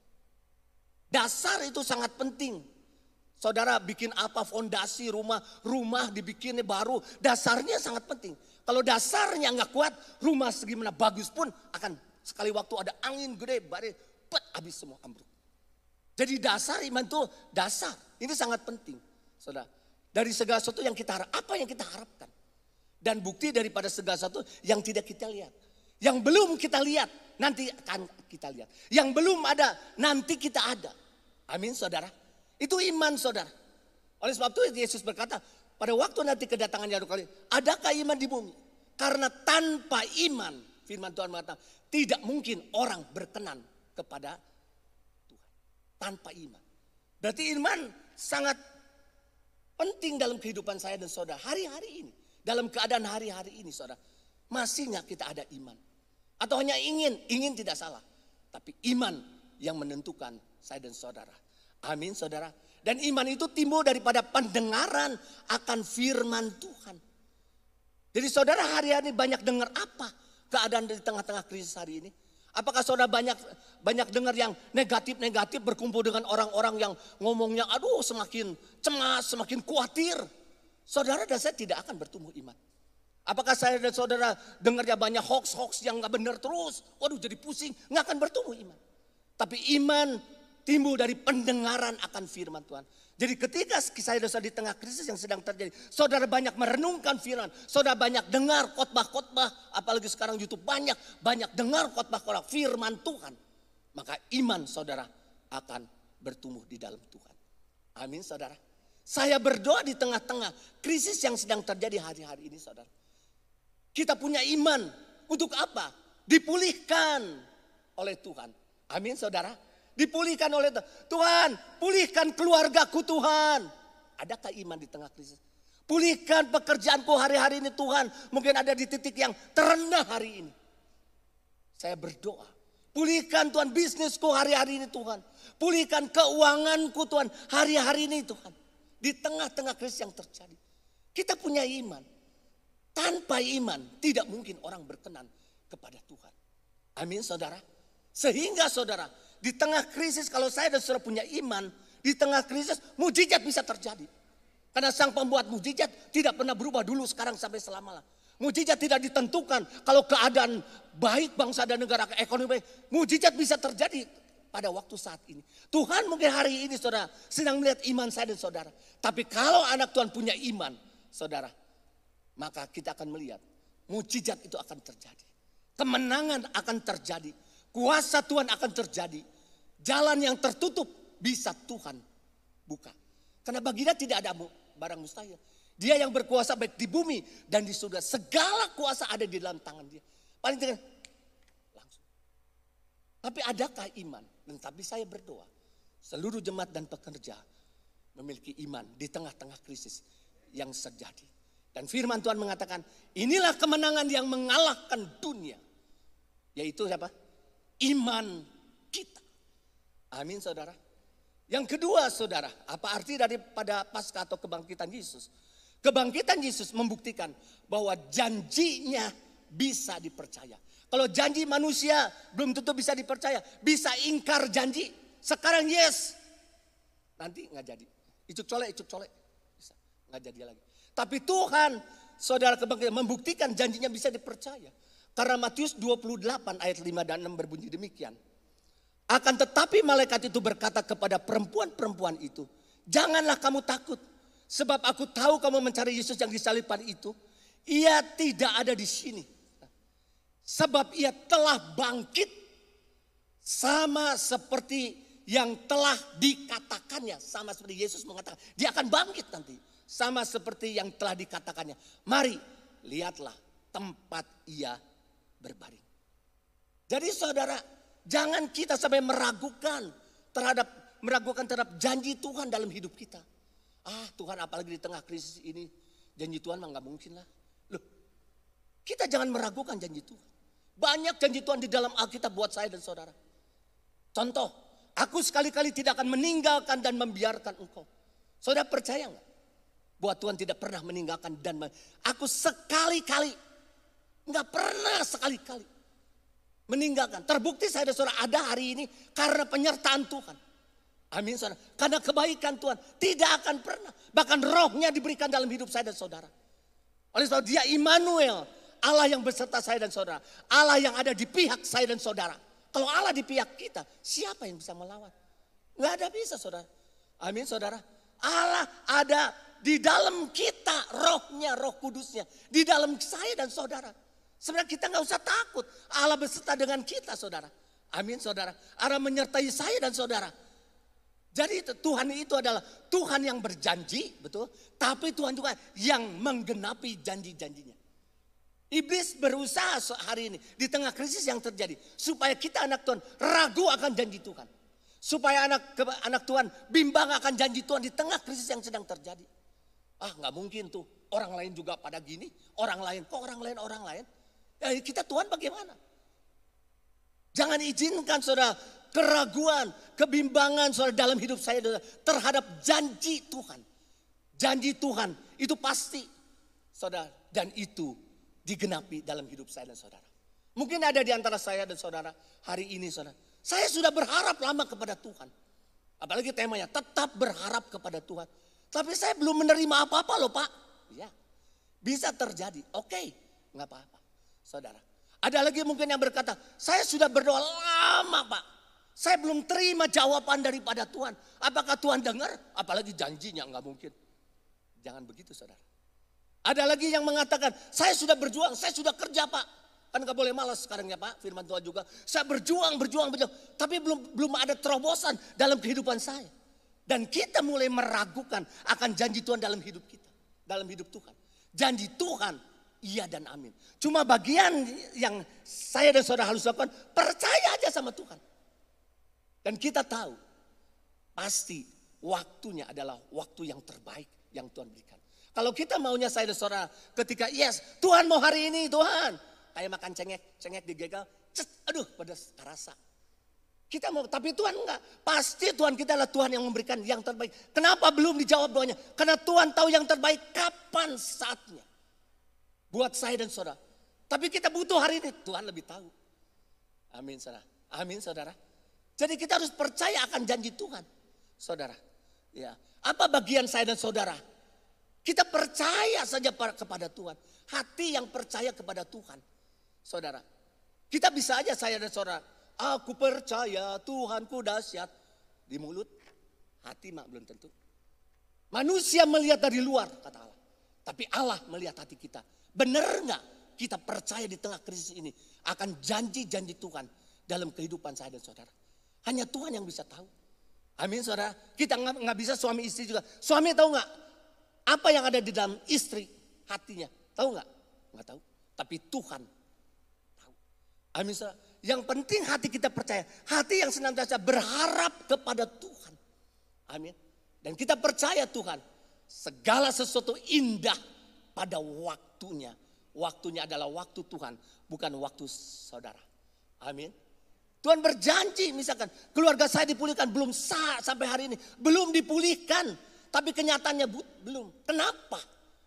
Dasar itu sangat penting. Saudara bikin apa, fondasi rumah, rumah dibikinnya baru. Dasarnya sangat penting. Kalau dasarnya nggak kuat, rumah segimana bagus pun akan sekali waktu ada angin gede, badai, pet, habis semua ambruk. Jadi dasar iman itu dasar. Ini sangat penting. Saudara, dari segala sesuatu yang kita harap, apa yang kita harapkan. Dan bukti daripada segala sesuatu yang tidak kita lihat. Yang belum kita lihat, nanti akan kita lihat. Yang belum ada, nanti kita ada. Amin saudara. Itu iman saudara. Oleh sebab itu Yesus berkata, pada waktu nanti kedatangan yang kali, adakah iman di bumi? Karena tanpa iman, firman Tuhan mengatakan, tidak mungkin orang berkenan kepada Tuhan. Tanpa iman. Berarti iman sangat penting dalam kehidupan saya dan saudara hari-hari ini. Dalam keadaan hari-hari ini saudara. Masih nggak kita ada iman? Atau hanya ingin? Ingin tidak salah. Tapi iman yang menentukan saya dan saudara. Amin saudara. Dan iman itu timbul daripada pendengaran akan firman Tuhan. Jadi saudara hari-hari banyak dengar apa keadaan di tengah-tengah krisis hari ini? Apakah saudara banyak banyak dengar yang negatif-negatif berkumpul dengan orang-orang yang ngomongnya aduh semakin cemas, semakin khawatir. Saudara dan saya tidak akan bertumbuh iman. Apakah saya dan saudara dengarnya banyak hoax-hoax yang gak benar terus. Waduh jadi pusing, gak akan bertumbuh iman. Tapi iman timbul dari pendengaran akan firman Tuhan. Jadi ketika saya dosa di tengah krisis yang sedang terjadi, saudara banyak merenungkan firman, saudara banyak dengar khotbah-khotbah, apalagi sekarang YouTube banyak, banyak dengar khotbah-khotbah firman Tuhan. Maka iman saudara akan bertumbuh di dalam Tuhan. Amin saudara. Saya berdoa di tengah-tengah krisis yang sedang terjadi hari-hari ini saudara. Kita punya iman untuk apa? Dipulihkan oleh Tuhan. Amin saudara. Dipulihkan oleh Tuhan. Tuhan, pulihkan keluargaku Tuhan. Adakah iman di tengah krisis? Pulihkan pekerjaanku hari-hari ini Tuhan. Mungkin ada di titik yang terendah hari ini. Saya berdoa. Pulihkan Tuhan bisnisku hari-hari ini Tuhan. Pulihkan keuanganku Tuhan hari-hari ini Tuhan. Di tengah-tengah krisis yang terjadi. Kita punya iman. Tanpa iman tidak mungkin orang berkenan kepada Tuhan. Amin saudara. Sehingga saudara, di tengah krisis kalau saya dan saudara punya iman, di tengah krisis mujizat bisa terjadi. Karena sang pembuat mujizat tidak pernah berubah dulu, sekarang sampai selama-lamanya. Mujizat tidak ditentukan kalau keadaan baik bangsa dan negara, ekonomi baik. Mujizat bisa terjadi pada waktu saat ini. Tuhan mungkin hari ini saudara sedang melihat iman saya dan saudara. Tapi kalau anak Tuhan punya iman saudara, maka kita akan melihat mujizat itu akan terjadi. Kemenangan akan terjadi. Kuasa Tuhan akan terjadi. Jalan yang tertutup bisa Tuhan buka. Karena bagi dia tidak ada barang mustahil. Dia yang berkuasa baik di bumi dan di surga. Segala kuasa ada di dalam tangan dia. Paling tidak langsung. Tapi adakah iman? Dan tapi saya berdoa. Seluruh jemaat dan pekerja memiliki iman di tengah-tengah krisis yang terjadi. Dan firman Tuhan mengatakan, inilah kemenangan yang mengalahkan dunia. Yaitu siapa? Iman kita. Amin saudara. Yang kedua saudara, apa arti daripada Paskah atau kebangkitan Yesus? Kebangkitan Yesus membuktikan bahwa janjinya bisa dipercaya. Kalau janji manusia belum tentu bisa dipercaya. Bisa ingkar janji. Sekarang yes. Nanti nggak jadi. Icuk colek, icuk colek. Bisa. Nggak jadi lagi. Tapi Tuhan, saudara kebangkitan membuktikan janjinya bisa dipercaya. Karena Matius dua puluh delapan ayat lima dan enam berbunyi demikian. Akan tetapi malaikat itu berkata kepada perempuan-perempuan itu, janganlah kamu takut. Sebab aku tahu kamu mencari Yesus yang disalibkan itu. Ia tidak ada di sini. Sebab ia telah bangkit sama seperti yang telah dikatakannya. Sama seperti Yesus mengatakan, dia akan bangkit nanti. Sama seperti yang telah dikatakannya. Mari, lihatlah tempat ia berbaring. Jadi saudara, jangan kita sampai meragukan terhadap meragukan terhadap janji Tuhan dalam hidup kita. Ah Tuhan, apalagi di tengah krisis ini janji Tuhan mah nggak mungkin lah. Loh, kita jangan meragukan janji Tuhan. Banyak janji Tuhan di dalam Alkitab buat saya dan saudara. Contoh, aku sekali-kali tidak akan meninggalkan dan membiarkan engkau. Saudara percaya nggak? Buat Tuhan tidak pernah meninggalkan dan aku sekali-kali. Enggak pernah sekali-kali meninggalkan. Terbukti saya dan saudara ada hari ini karena penyertaan Tuhan. Amin saudara. Karena kebaikan Tuhan tidak akan pernah. Bahkan rohnya diberikan dalam hidup saya dan saudara. Oleh sebab dia Immanuel. Allah yang beserta saya dan saudara. Allah yang ada di pihak saya dan saudara. Kalau Allah di pihak kita, siapa yang bisa melawan? Enggak ada bisa saudara. Amin saudara. Allah ada di dalam kita, rohnya, roh kudusnya. Di dalam saya dan saudara. Sebenarnya kita nggak usah takut. Allah beserta dengan kita saudara. Amin saudara. Allah menyertai saya dan saudara. Jadi Tuhan itu adalah Tuhan yang berjanji, betul. Tapi Tuhan juga yang menggenapi janji-janjinya. Iblis berusaha hari ini di tengah krisis yang terjadi. Supaya kita anak Tuhan ragu akan janji Tuhan. Supaya anak anak Tuhan bimbang akan janji Tuhan di tengah krisis yang sedang terjadi. Ah nggak mungkin tuh. Orang lain juga pada gini. Orang lain, kok orang lain, orang lain. Ya, kita Tuhan bagaimana? Jangan izinkan saudara keraguan, kebimbangan saudara dalam hidup saya terhadap janji Tuhan. Janji Tuhan itu pasti saudara dan itu digenapi dalam hidup saya dan saudara. Mungkin ada di antara saya dan saudara hari ini saudara. Saya sudah berharap lama kepada Tuhan. Apalagi temanya tetap berharap kepada Tuhan. Tapi saya belum menerima apa-apa loh Pak. Ya, bisa terjadi. Oke, nggak apa-apa. Saudara, ada lagi mungkin yang berkata, saya sudah berdoa lama Pak. Saya belum terima jawaban daripada Tuhan. Apakah Tuhan dengar? Apalagi janjinya, nggak mungkin. Jangan begitu saudara. Ada lagi yang mengatakan, saya sudah berjuang, saya sudah kerja Pak. Kan nggak boleh malas sekarang ya Pak, firman Tuhan juga. Saya berjuang, berjuang, berjuang. Tapi belum belum ada terobosan dalam kehidupan saya. Dan kita mulai meragukan akan janji Tuhan dalam hidup kita. Dalam hidup Tuhan. Janji Tuhan, iya dan amin. Cuma bagian yang saya dan saudara harus lakukan, percaya aja sama Tuhan. Dan kita tahu, pasti waktunya adalah waktu yang terbaik yang Tuhan berikan. Kalau kita maunya saya dan saudara ketika yes, Tuhan mau hari ini Tuhan. Kayak makan cengek, cengek digegal, cet, aduh pedas rasa. Kita mau, tapi Tuhan enggak. Pasti Tuhan kita adalah Tuhan yang memberikan yang terbaik. Kenapa belum dijawab doanya? Karena Tuhan tahu yang terbaik kapan saatnya. Buat saya dan saudara. Tapi kita butuh hari ini, Tuhan lebih tahu. Amin saudara. Amin saudara. Jadi kita harus percaya akan janji Tuhan. Saudara. Ya. Apa bagian saya dan saudara? Kita percaya saja kepada Tuhan. Hati yang percaya kepada Tuhan. Saudara. Kita bisa aja saya dan saudara. Aku percaya Tuhanku dahsyat. Di mulut. Hati mak belum tentu. Manusia melihat dari luar kata Allah. Tapi Allah melihat hati kita. Benar nggak kita percaya di tengah krisis ini. Akan janji-janji Tuhan dalam kehidupan saya dan saudara. Hanya Tuhan yang bisa tahu. Amin saudara. Kita nggak bisa suami istri juga. Suami tahu nggak apa yang ada di dalam istri hatinya? Tahu nggak? Nggak tahu. Tapi Tuhan tahu. Amin saudara. Yang penting hati kita percaya. Hati yang senantiasa berharap kepada Tuhan. Amin. Dan kita percaya Tuhan. Segala sesuatu indah pada waktunya. Waktunya adalah waktu Tuhan. Bukan waktu saudara. Amin. Tuhan berjanji misalkan keluarga saya dipulihkan. Belum sah sampai hari ini. Belum dipulihkan. Tapi kenyataannya belum. Kenapa?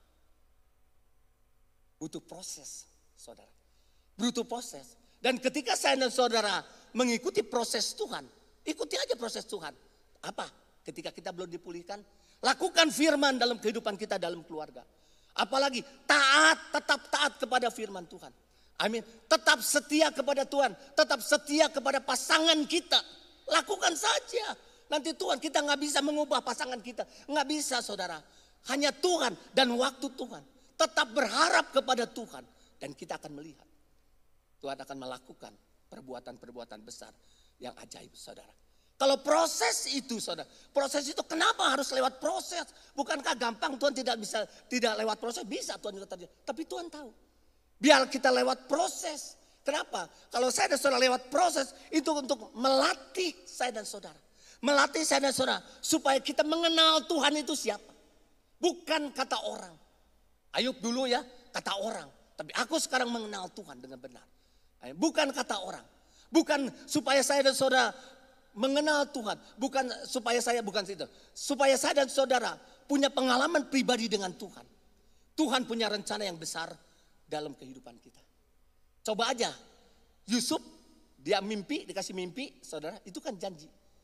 Butuh proses saudara. Butuh proses. Dan ketika saya dan saudara mengikuti proses Tuhan. Ikuti aja proses Tuhan. Apa? Ketika kita belum dipulihkan. Lakukan firman dalam kehidupan kita dalam keluarga. Apalagi taat, tetap taat kepada firman Tuhan. Amin. Tetap setia kepada Tuhan. Tetap setia kepada pasangan kita. Lakukan saja. Nanti Tuhan, kita nggak bisa mengubah pasangan kita. Nggak bisa saudara. Hanya Tuhan dan waktu Tuhan. Tetap berharap kepada Tuhan. Dan kita akan melihat. Tuhan akan melakukan perbuatan-perbuatan besar yang ajaib saudara. Kalau proses itu saudara. Proses itu kenapa harus lewat proses? Bukankah gampang Tuhan tidak bisa tidak lewat proses? Bisa Tuhan juga terjadi. Tapi Tuhan tahu. Biar kita lewat proses. Kenapa? Kalau saya dan saudara lewat proses. Itu untuk melatih saya dan saudara. Melatih saya dan saudara. Supaya kita mengenal Tuhan itu siapa. Bukan kata orang. Ayub dulu ya kata orang. Tapi aku sekarang mengenal Tuhan dengan benar. Bukan kata orang. Bukan supaya saya dan saudara mengenal Tuhan. Bukan supaya saya, bukan itu. Supaya saya dan saudara punya pengalaman pribadi dengan Tuhan. Tuhan punya rencana yang besar dalam kehidupan kita. Coba aja. Yusuf, dia mimpi, dikasih mimpi, saudara. Itu kan janji.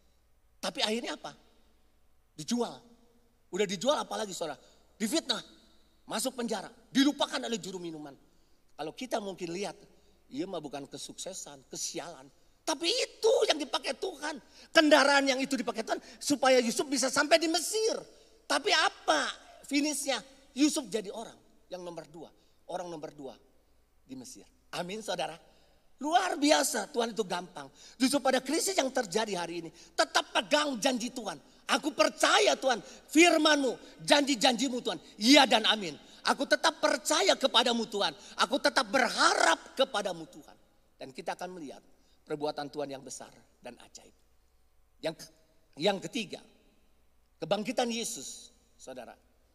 Tapi akhirnya apa? Dijual. Udah dijual apalagi saudara? Difitnah. Masuk penjara. Dilupakan oleh juru minuman. Kalau kita mungkin lihat. Iya mah bukan kesuksesan, kesialan. Tapi itu yang dipakai Tuhan. Kendaraan yang itu dipakai Tuhan. Supaya Yusuf bisa sampai di Mesir. Tapi apa finishnya? Yusuf jadi orang yang nomor dua. Orang nomor dua di Mesir. Amin saudara. Luar biasa, Tuhan itu gampang. Justru pada krisis yang terjadi hari ini. Tetap pegang janji Tuhan. Aku percaya Tuhan, firman-Mu, janji-janji-Mu Tuhan. Iya dan amin. Aku tetap percaya kepadamu Tuhan. Aku tetap berharap kepadamu Tuhan. Dan kita akan melihat perbuatan Tuhan yang besar dan ajaib. Yang yang ketiga, kebangkitan Yesus, saudara,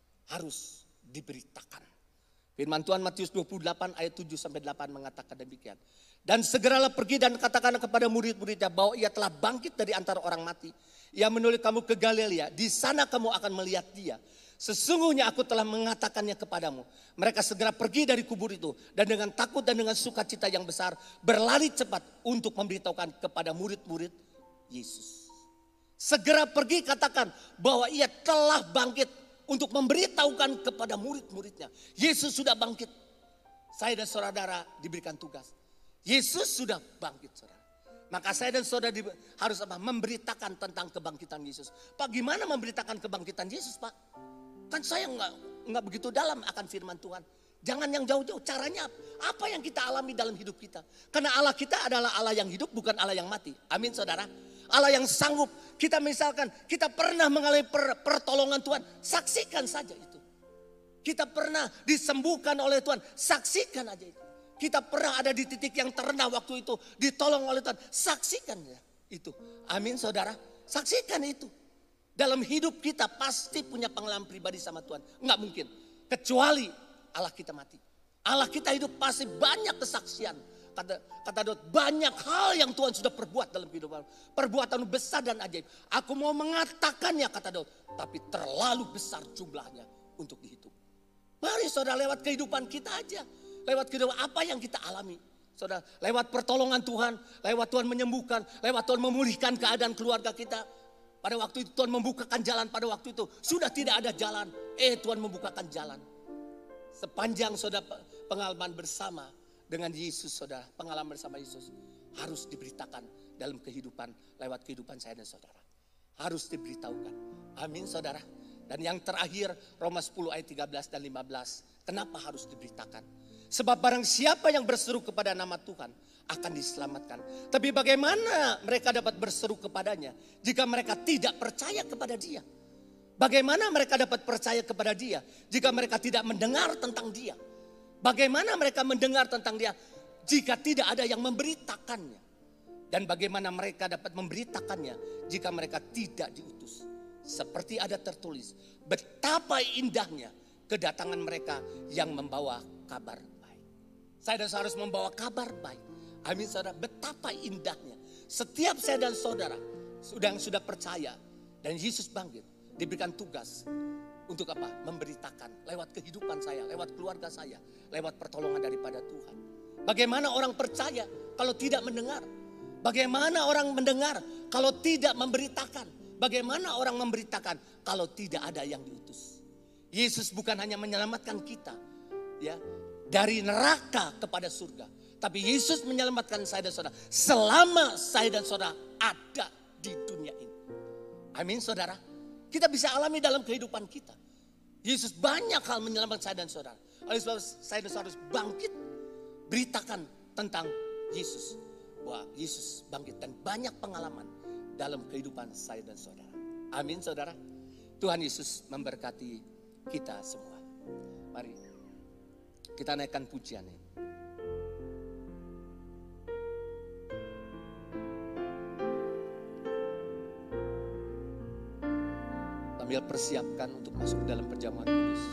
harus diberitakan. Firman Tuhan Matius dua puluh delapan ayat tujuh sampai delapan mengatakan demikian. Dan segeralah pergi dan katakan kepada murid-muridnya bahwa ia telah bangkit dari antara orang mati. Ia menulis kamu ke Galilea, di sana kamu akan melihat dia. Sesungguhnya aku telah mengatakannya kepadamu. Mereka segera pergi dari kubur itu. Dan dengan takut dan dengan sukacita yang besar. Berlari cepat untuk memberitahukan kepada murid-murid Yesus. Segera pergi katakan bahwa ia telah bangkit. Untuk memberitahukan kepada murid-muridnya. Yesus sudah bangkit. Saya dan saudara diberikan tugas. Yesus sudah bangkit saudara. Maka saya dan saudara di, harus apa? Memberitakan tentang kebangkitan Yesus. Pak, gimana memberitakan kebangkitan Yesus, Pak? Kan saya nggak nggak begitu dalam akan firman Tuhan. Jangan yang jauh-jauh. Caranya apa yang kita alami dalam hidup kita? Karena Allah kita adalah Allah yang hidup, bukan Allah yang mati. Amin, saudara. Allah yang sanggup. Kita misalkan kita pernah mengalami per, pertolongan Tuhan, saksikan saja itu. Kita pernah disembuhkan oleh Tuhan, saksikan aja itu. Kita pernah ada di titik yang terendah waktu itu, ditolong oleh Tuhan, saksikan ya itu. Amin, saudara. Saksikan itu. Dalam hidup kita pasti punya pengalaman pribadi sama Tuhan. Enggak mungkin. Kecuali Allah kita mati. Allah kita hidup pasti banyak kesaksian. Kata, kata Daud, banyak hal yang Tuhan sudah perbuat dalam kehidupan. Perbuatan besar dan ajaib. Aku mau mengatakannya, kata Daud. Tapi terlalu besar jumlahnya untuk dihitung. Mari saudara, lewat kehidupan kita aja. Lewat kehidupan apa yang kita alami. Saudara, lewat pertolongan Tuhan. Lewat Tuhan menyembuhkan. Lewat Tuhan memulihkan keadaan keluarga kita. Pada waktu itu Tuhan membukakan jalan. Pada waktu itu sudah tidak ada jalan. Eh Tuhan membukakan jalan. Sepanjang saudara pengalaman bersama dengan Yesus, saudara, pengalaman bersama Yesus harus diberitakan dalam kehidupan, lewat kehidupan saya dan saudara. Harus diberitahukan. Amin, saudara. Dan yang terakhir Roma sepuluh ayat tiga belas dan lima belas. Kenapa harus diberitakan? Sebab barang siapa yang berseru kepada nama Tuhan akan diselamatkan. Tapi bagaimana mereka dapat berseru kepadanya jika mereka tidak percaya kepada Dia? Bagaimana mereka dapat percaya kepada Dia jika mereka tidak mendengar tentang Dia? Bagaimana mereka mendengar tentang Dia jika tidak ada yang memberitakannya? Dan bagaimana mereka dapat memberitakannya jika mereka tidak diutus? Seperti ada tertulis, betapa indahnya kedatangan mereka yang membawa kabar baik. Saya dan saudara harus membawa kabar baik. Amin, saudara. Betapa indahnya. Setiap saya dan saudara sudah sudah percaya dan Yesus bangkit, diberikan tugas untuk apa? Memberitakan lewat kehidupan saya, lewat keluarga saya, lewat pertolongan daripada Tuhan. Bagaimana orang percaya kalau tidak mendengar? Bagaimana orang mendengar kalau tidak memberitakan? Bagaimana orang memberitakan kalau tidak ada yang diutus? Yesus bukan hanya menyelamatkan kita ya dari neraka kepada surga, tapi Yesus menyelamatkan saya dan saudara selama saya dan saudara ada di dunia ini. Amin, saudara. Kita bisa alami dalam kehidupan kita. Yesus banyak hal menyelamatkan saya dan saudara. Oleh sebab saya dan saudara harus bangkit. Beritakan tentang Yesus. Bahwa Yesus bangkit dan banyak pengalaman dalam kehidupan saya dan saudara. Amin, saudara. Tuhan Yesus memberkati kita semua. Mari kita naikkan pujian ini. Sambil persiapkan untuk masuk dalam perjamuan kudus.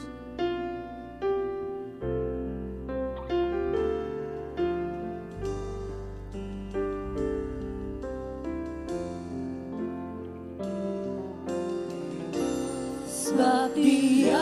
Sebab Dia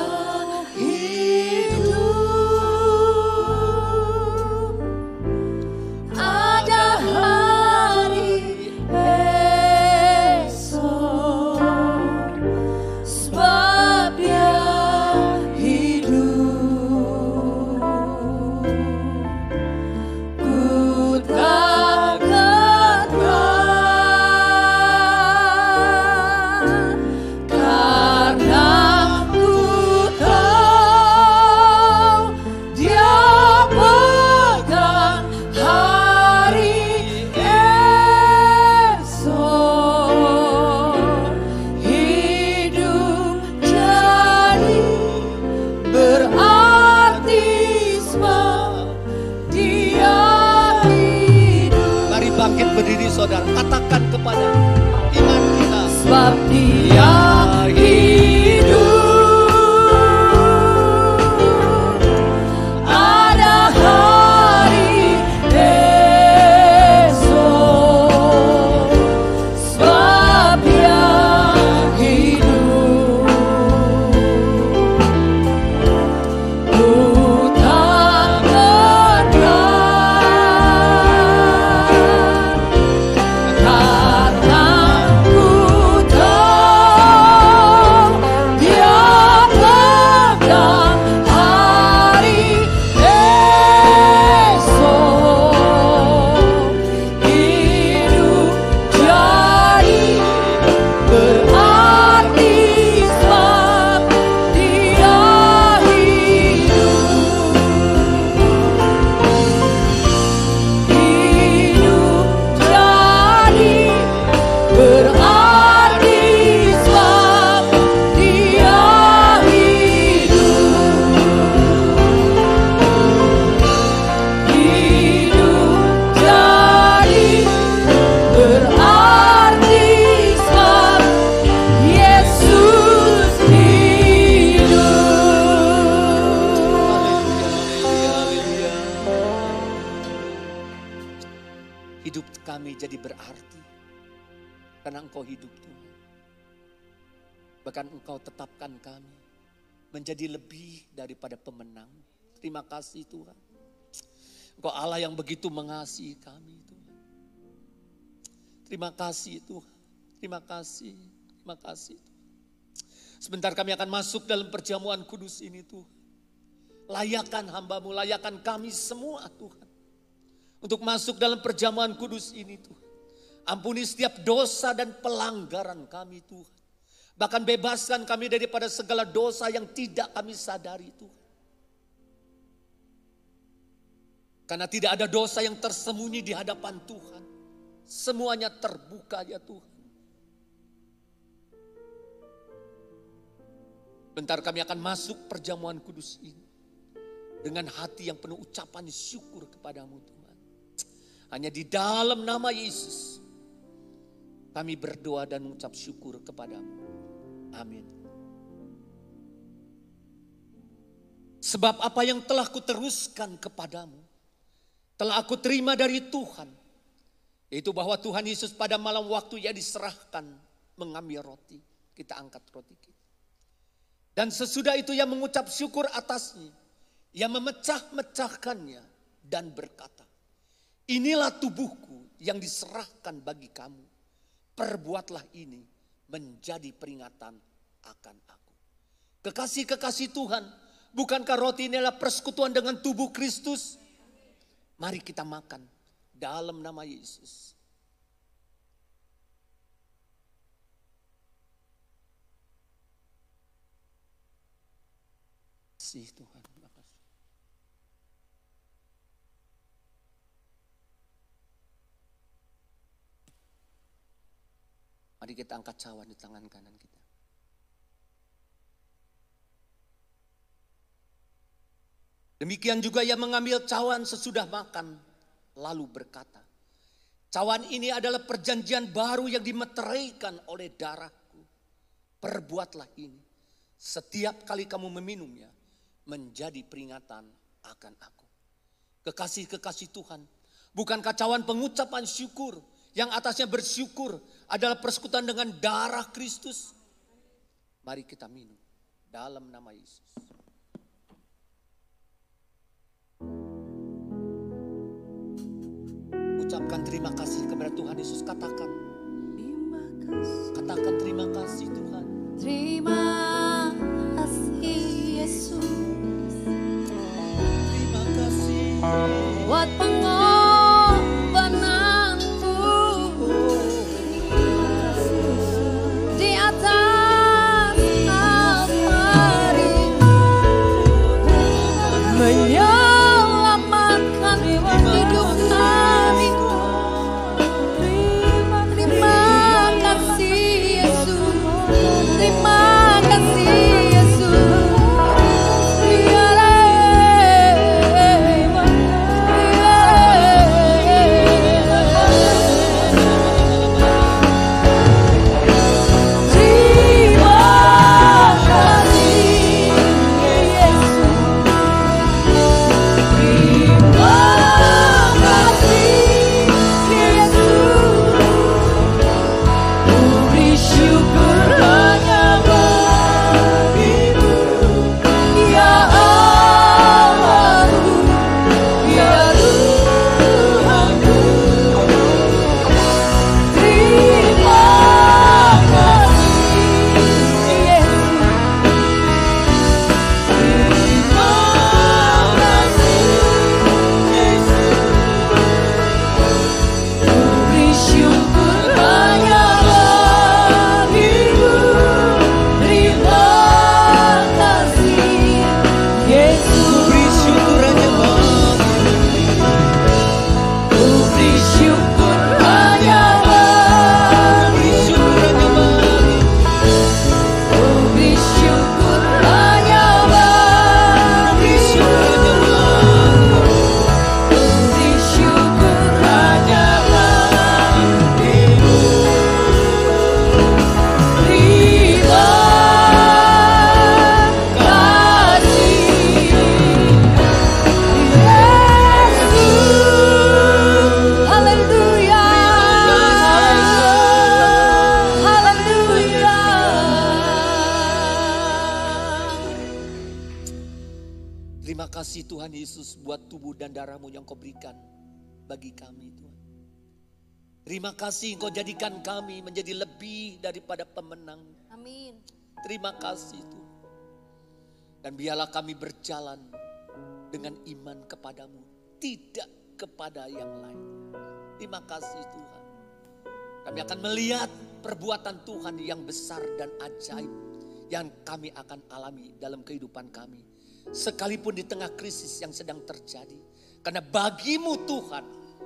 berdiri saudara, katakan kepada iman kita. Sebab Dia Karena ku tahu jadi berarti. Karena Engkau hidup Tuhan. Bahkan Engkau tetapkan kami menjadi lebih daripada pemenang. Terima kasih Tuhan. Engkau Allah yang begitu mengasihi kami Tuhan. Terima kasih Tuhan. Terima kasih. Terima kasih Tuhan. Sebentar kami akan masuk dalam perjamuan kudus ini Tuhan. Layakan hamba-Mu, layakan kami semua Tuhan. Untuk masuk dalam perjamuan kudus ini Tuhan. Ampuni setiap dosa dan pelanggaran kami Tuhan. Bahkan bebaskan kami daripada segala dosa yang tidak kami sadari Tuhan. Karena tidak ada dosa yang tersembunyi di hadapan Tuhan. Semuanya terbuka ya Tuhan. Bentar kami akan masuk perjamuan kudus ini. Dengan hati yang penuh ucapan syukur kepadamu Tuhan. Hanya di dalam nama Yesus. Kami berdoa dan mengucap syukur kepadamu. Amin. Sebab apa yang telah kuteruskan kepadamu. Telah aku terima dari Tuhan. Yaitu bahwa Tuhan Yesus pada malam waktu ia diserahkan. Mengambil roti. Kita angkat roti kita. Dan sesudah itu ia mengucap syukur atasnya. Ia memecah-mecahkannya dan berkata, inilah tubuhku yang diserahkan bagi kamu. Perbuatlah ini menjadi peringatan akan aku. Kekasih-kekasih Tuhan, bukankah roti ini adalah persekutuan dengan tubuh Kristus? Mari kita makan dalam nama Yesus. Kasih Tuhan, makasih. Mari kita angkat cawan di tangan kanan kita. Demikian juga ia mengambil cawan sesudah makan, lalu berkata, cawan ini adalah perjanjian baru yang dimeteraikan oleh darahku. Perbuatlah ini setiap kali kamu meminumnya. Menjadi peringatan akan aku. Kekasih-kekasih Tuhan. Bukankah cawan pengucapan syukur. Yang atasnya bersyukur adalah persekutuan dengan darah Kristus. Mari kita minum dalam nama Yesus. Ucapkan terima kasih kepada Tuhan Yesus. Katakan. Katakan terima kasih Tuhan. Terima kasih Yesus. Terima kasih. Buat pengorbananmu di atas Kalvari, menyelamatkan hidup kami. Terima kasih Yesus. kasih Tuhan Yesus buat tubuh dan darah-Mu yang Kau berikan bagi kami Tuhan. Terima kasih Engkau jadikan kami menjadi lebih daripada pemenang. Amin. Terima kasih Tuhan. Dan biarlah kami berjalan dengan iman kepadamu, tidak kepada yang lain. Terima kasih Tuhan. Kami akan melihat perbuatan Tuhan yang besar dan ajaib yang kami akan alami dalam kehidupan kami. Sekalipun di tengah krisis yang sedang terjadi. Karena bagimu Tuhan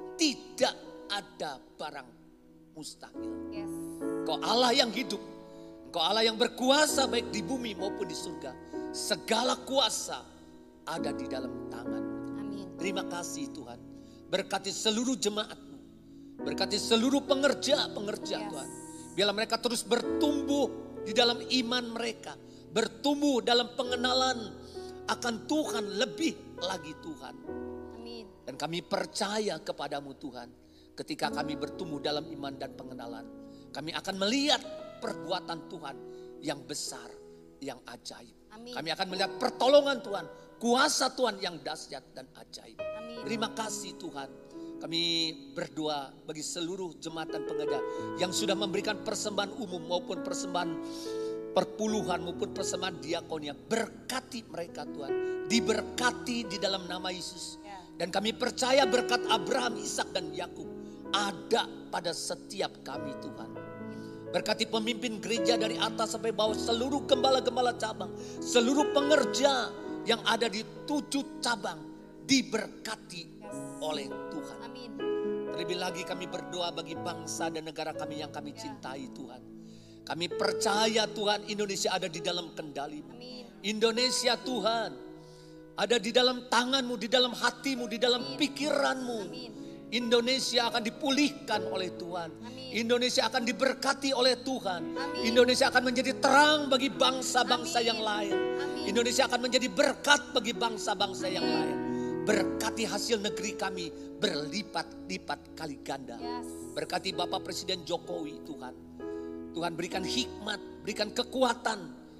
tidak ada barang mustahil. Yes. Kau Allah yang hidup. Kau Allah yang berkuasa baik di bumi maupun di surga. Segala kuasa ada di dalam tangan-Mu. Amin. Terima kasih Tuhan. Berkati seluruh jemaat-Mu. Berkati seluruh pengerja-pengerja Yes. Tuhan. Biarlah mereka terus bertumbuh di dalam iman mereka. Bertumbuh dalam pengenalan akan Tuhan lebih lagi Tuhan. Amin. Dan kami percaya kepadamu Tuhan. Ketika kami bertumbuh dalam iman dan pengenalan. Kami akan melihat perbuatan Tuhan yang besar, yang ajaib. Amin. Kami akan melihat pertolongan Tuhan. Kuasa Tuhan yang dahsyat dan ajaib. Amin. Terima kasih Tuhan. Kami berdoa bagi seluruh jemaat dan pengerja yang sudah memberikan persembahan umum maupun persembahan perpuluhan maupun persembahan diakonia. Berkati mereka Tuhan. Diberkati di dalam nama Yesus. Dan kami percaya berkat Abraham, Ishak dan Yakub ada pada setiap kami Tuhan. Berkati pemimpin gereja dari atas sampai bawah, seluruh gembala-gembala cabang, seluruh pengerja yang ada di tujuh cabang diberkati oleh Tuhan. Amin. Terlebih lagi kami berdoa bagi bangsa dan negara kami yang kami cintai Tuhan. Kami percaya Tuhan Indonesia ada di dalam kendali-Mu. Indonesia Tuhan ada di dalam tangan-Mu, di dalam hati-Mu, di dalam pikiran-Mu. Indonesia akan dipulihkan oleh Tuhan. Indonesia akan diberkati oleh Tuhan. Indonesia akan menjadi terang bagi bangsa-bangsa yang lain. Indonesia akan menjadi berkat bagi bangsa-bangsa yang lain. Berkati hasil negeri kami berlipat-lipat kali ganda. Berkati Bapak Presiden Jokowi Tuhan. Tuhan berikan hikmat, berikan kekuatan.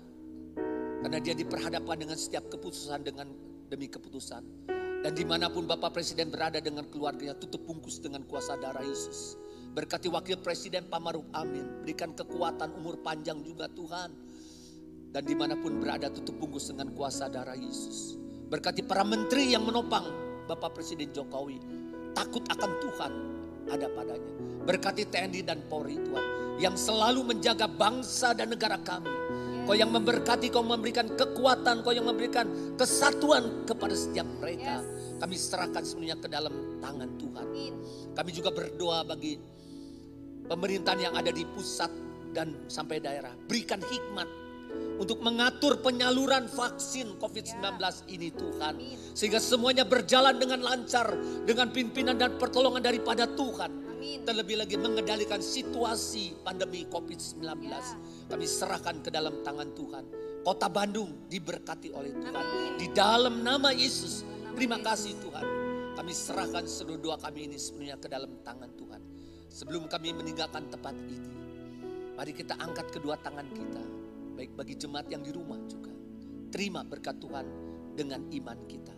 Karena dia diperhadapkan dengan setiap keputusan dengan demi keputusan. Dan dimanapun Bapak Presiden berada dengan keluarganya, tutup bungkus dengan kuasa darah Yesus. Berkati Wakil Presiden Pak Maruf Amin, berikan kekuatan umur panjang juga Tuhan. Dan dimanapun berada tutup bungkus dengan kuasa darah Yesus. Berkati para menteri yang menopang Bapak Presiden Jokowi, takut akan Tuhan ada padanya. Berkati T N I dan Polri Tuhan, yang selalu menjaga bangsa dan negara kami. Kau yang memberkati, Kau memberikan kekuatan, Kau yang memberikan kesatuan kepada setiap mereka. Kami serahkan semuanya ke dalam tangan Tuhan. Kami juga berdoa bagi pemerintahan yang ada di pusat dan sampai daerah. Berikan hikmat untuk mengatur penyaluran vaksin covid sembilan belas ini Tuhan. Sehingga semuanya berjalan dengan lancar, dengan pimpinan dan pertolongan daripada Tuhan. Terlebih lagi mengendalikan situasi pandemi covid sembilan belas. Kami serahkan ke dalam tangan Tuhan. Kota Bandung diberkati oleh Tuhan. Di dalam nama Yesus. Terima kasih Tuhan. Kami serahkan seluruh doa kami ini sepenuhnya ke dalam tangan Tuhan. Sebelum kami meninggalkan tempat ini, mari kita angkat kedua tangan kita. Baik bagi jemaat yang di rumah juga. Terima berkat Tuhan dengan iman kita.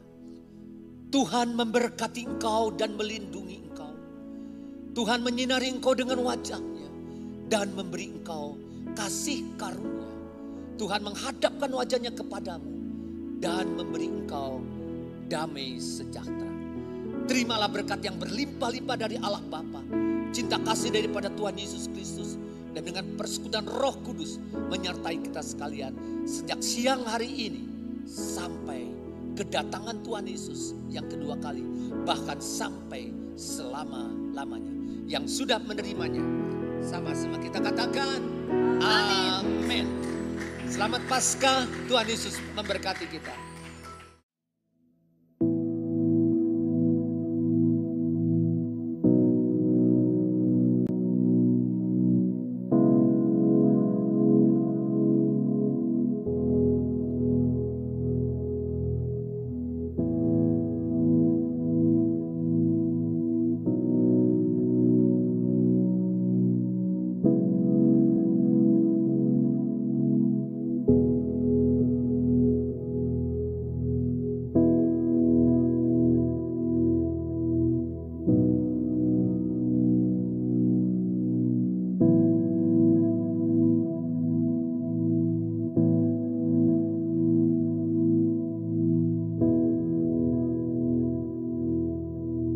Tuhan memberkati engkau dan melindungi engkau. Tuhan menyinari engkau dengan wajahnya dan memberi engkau kasih karunia. Tuhan menghadapkan wajahnya kepadamu dan memberi engkau damai sejahtera. Terimalah berkat yang berlimpah-limpah dari Allah Bapa, cinta kasih daripada Tuhan Yesus Kristus, dan dengan persekutuan Roh Kudus menyertai kita sekalian sejak siang hari ini sampai kedatangan Tuhan Yesus yang kedua kali, bahkan sampai selama-lamanya. Yang sudah menerimanya, sama-sama kita katakan amin. Selamat Paskah, Tuhan Yesus memberkati kita.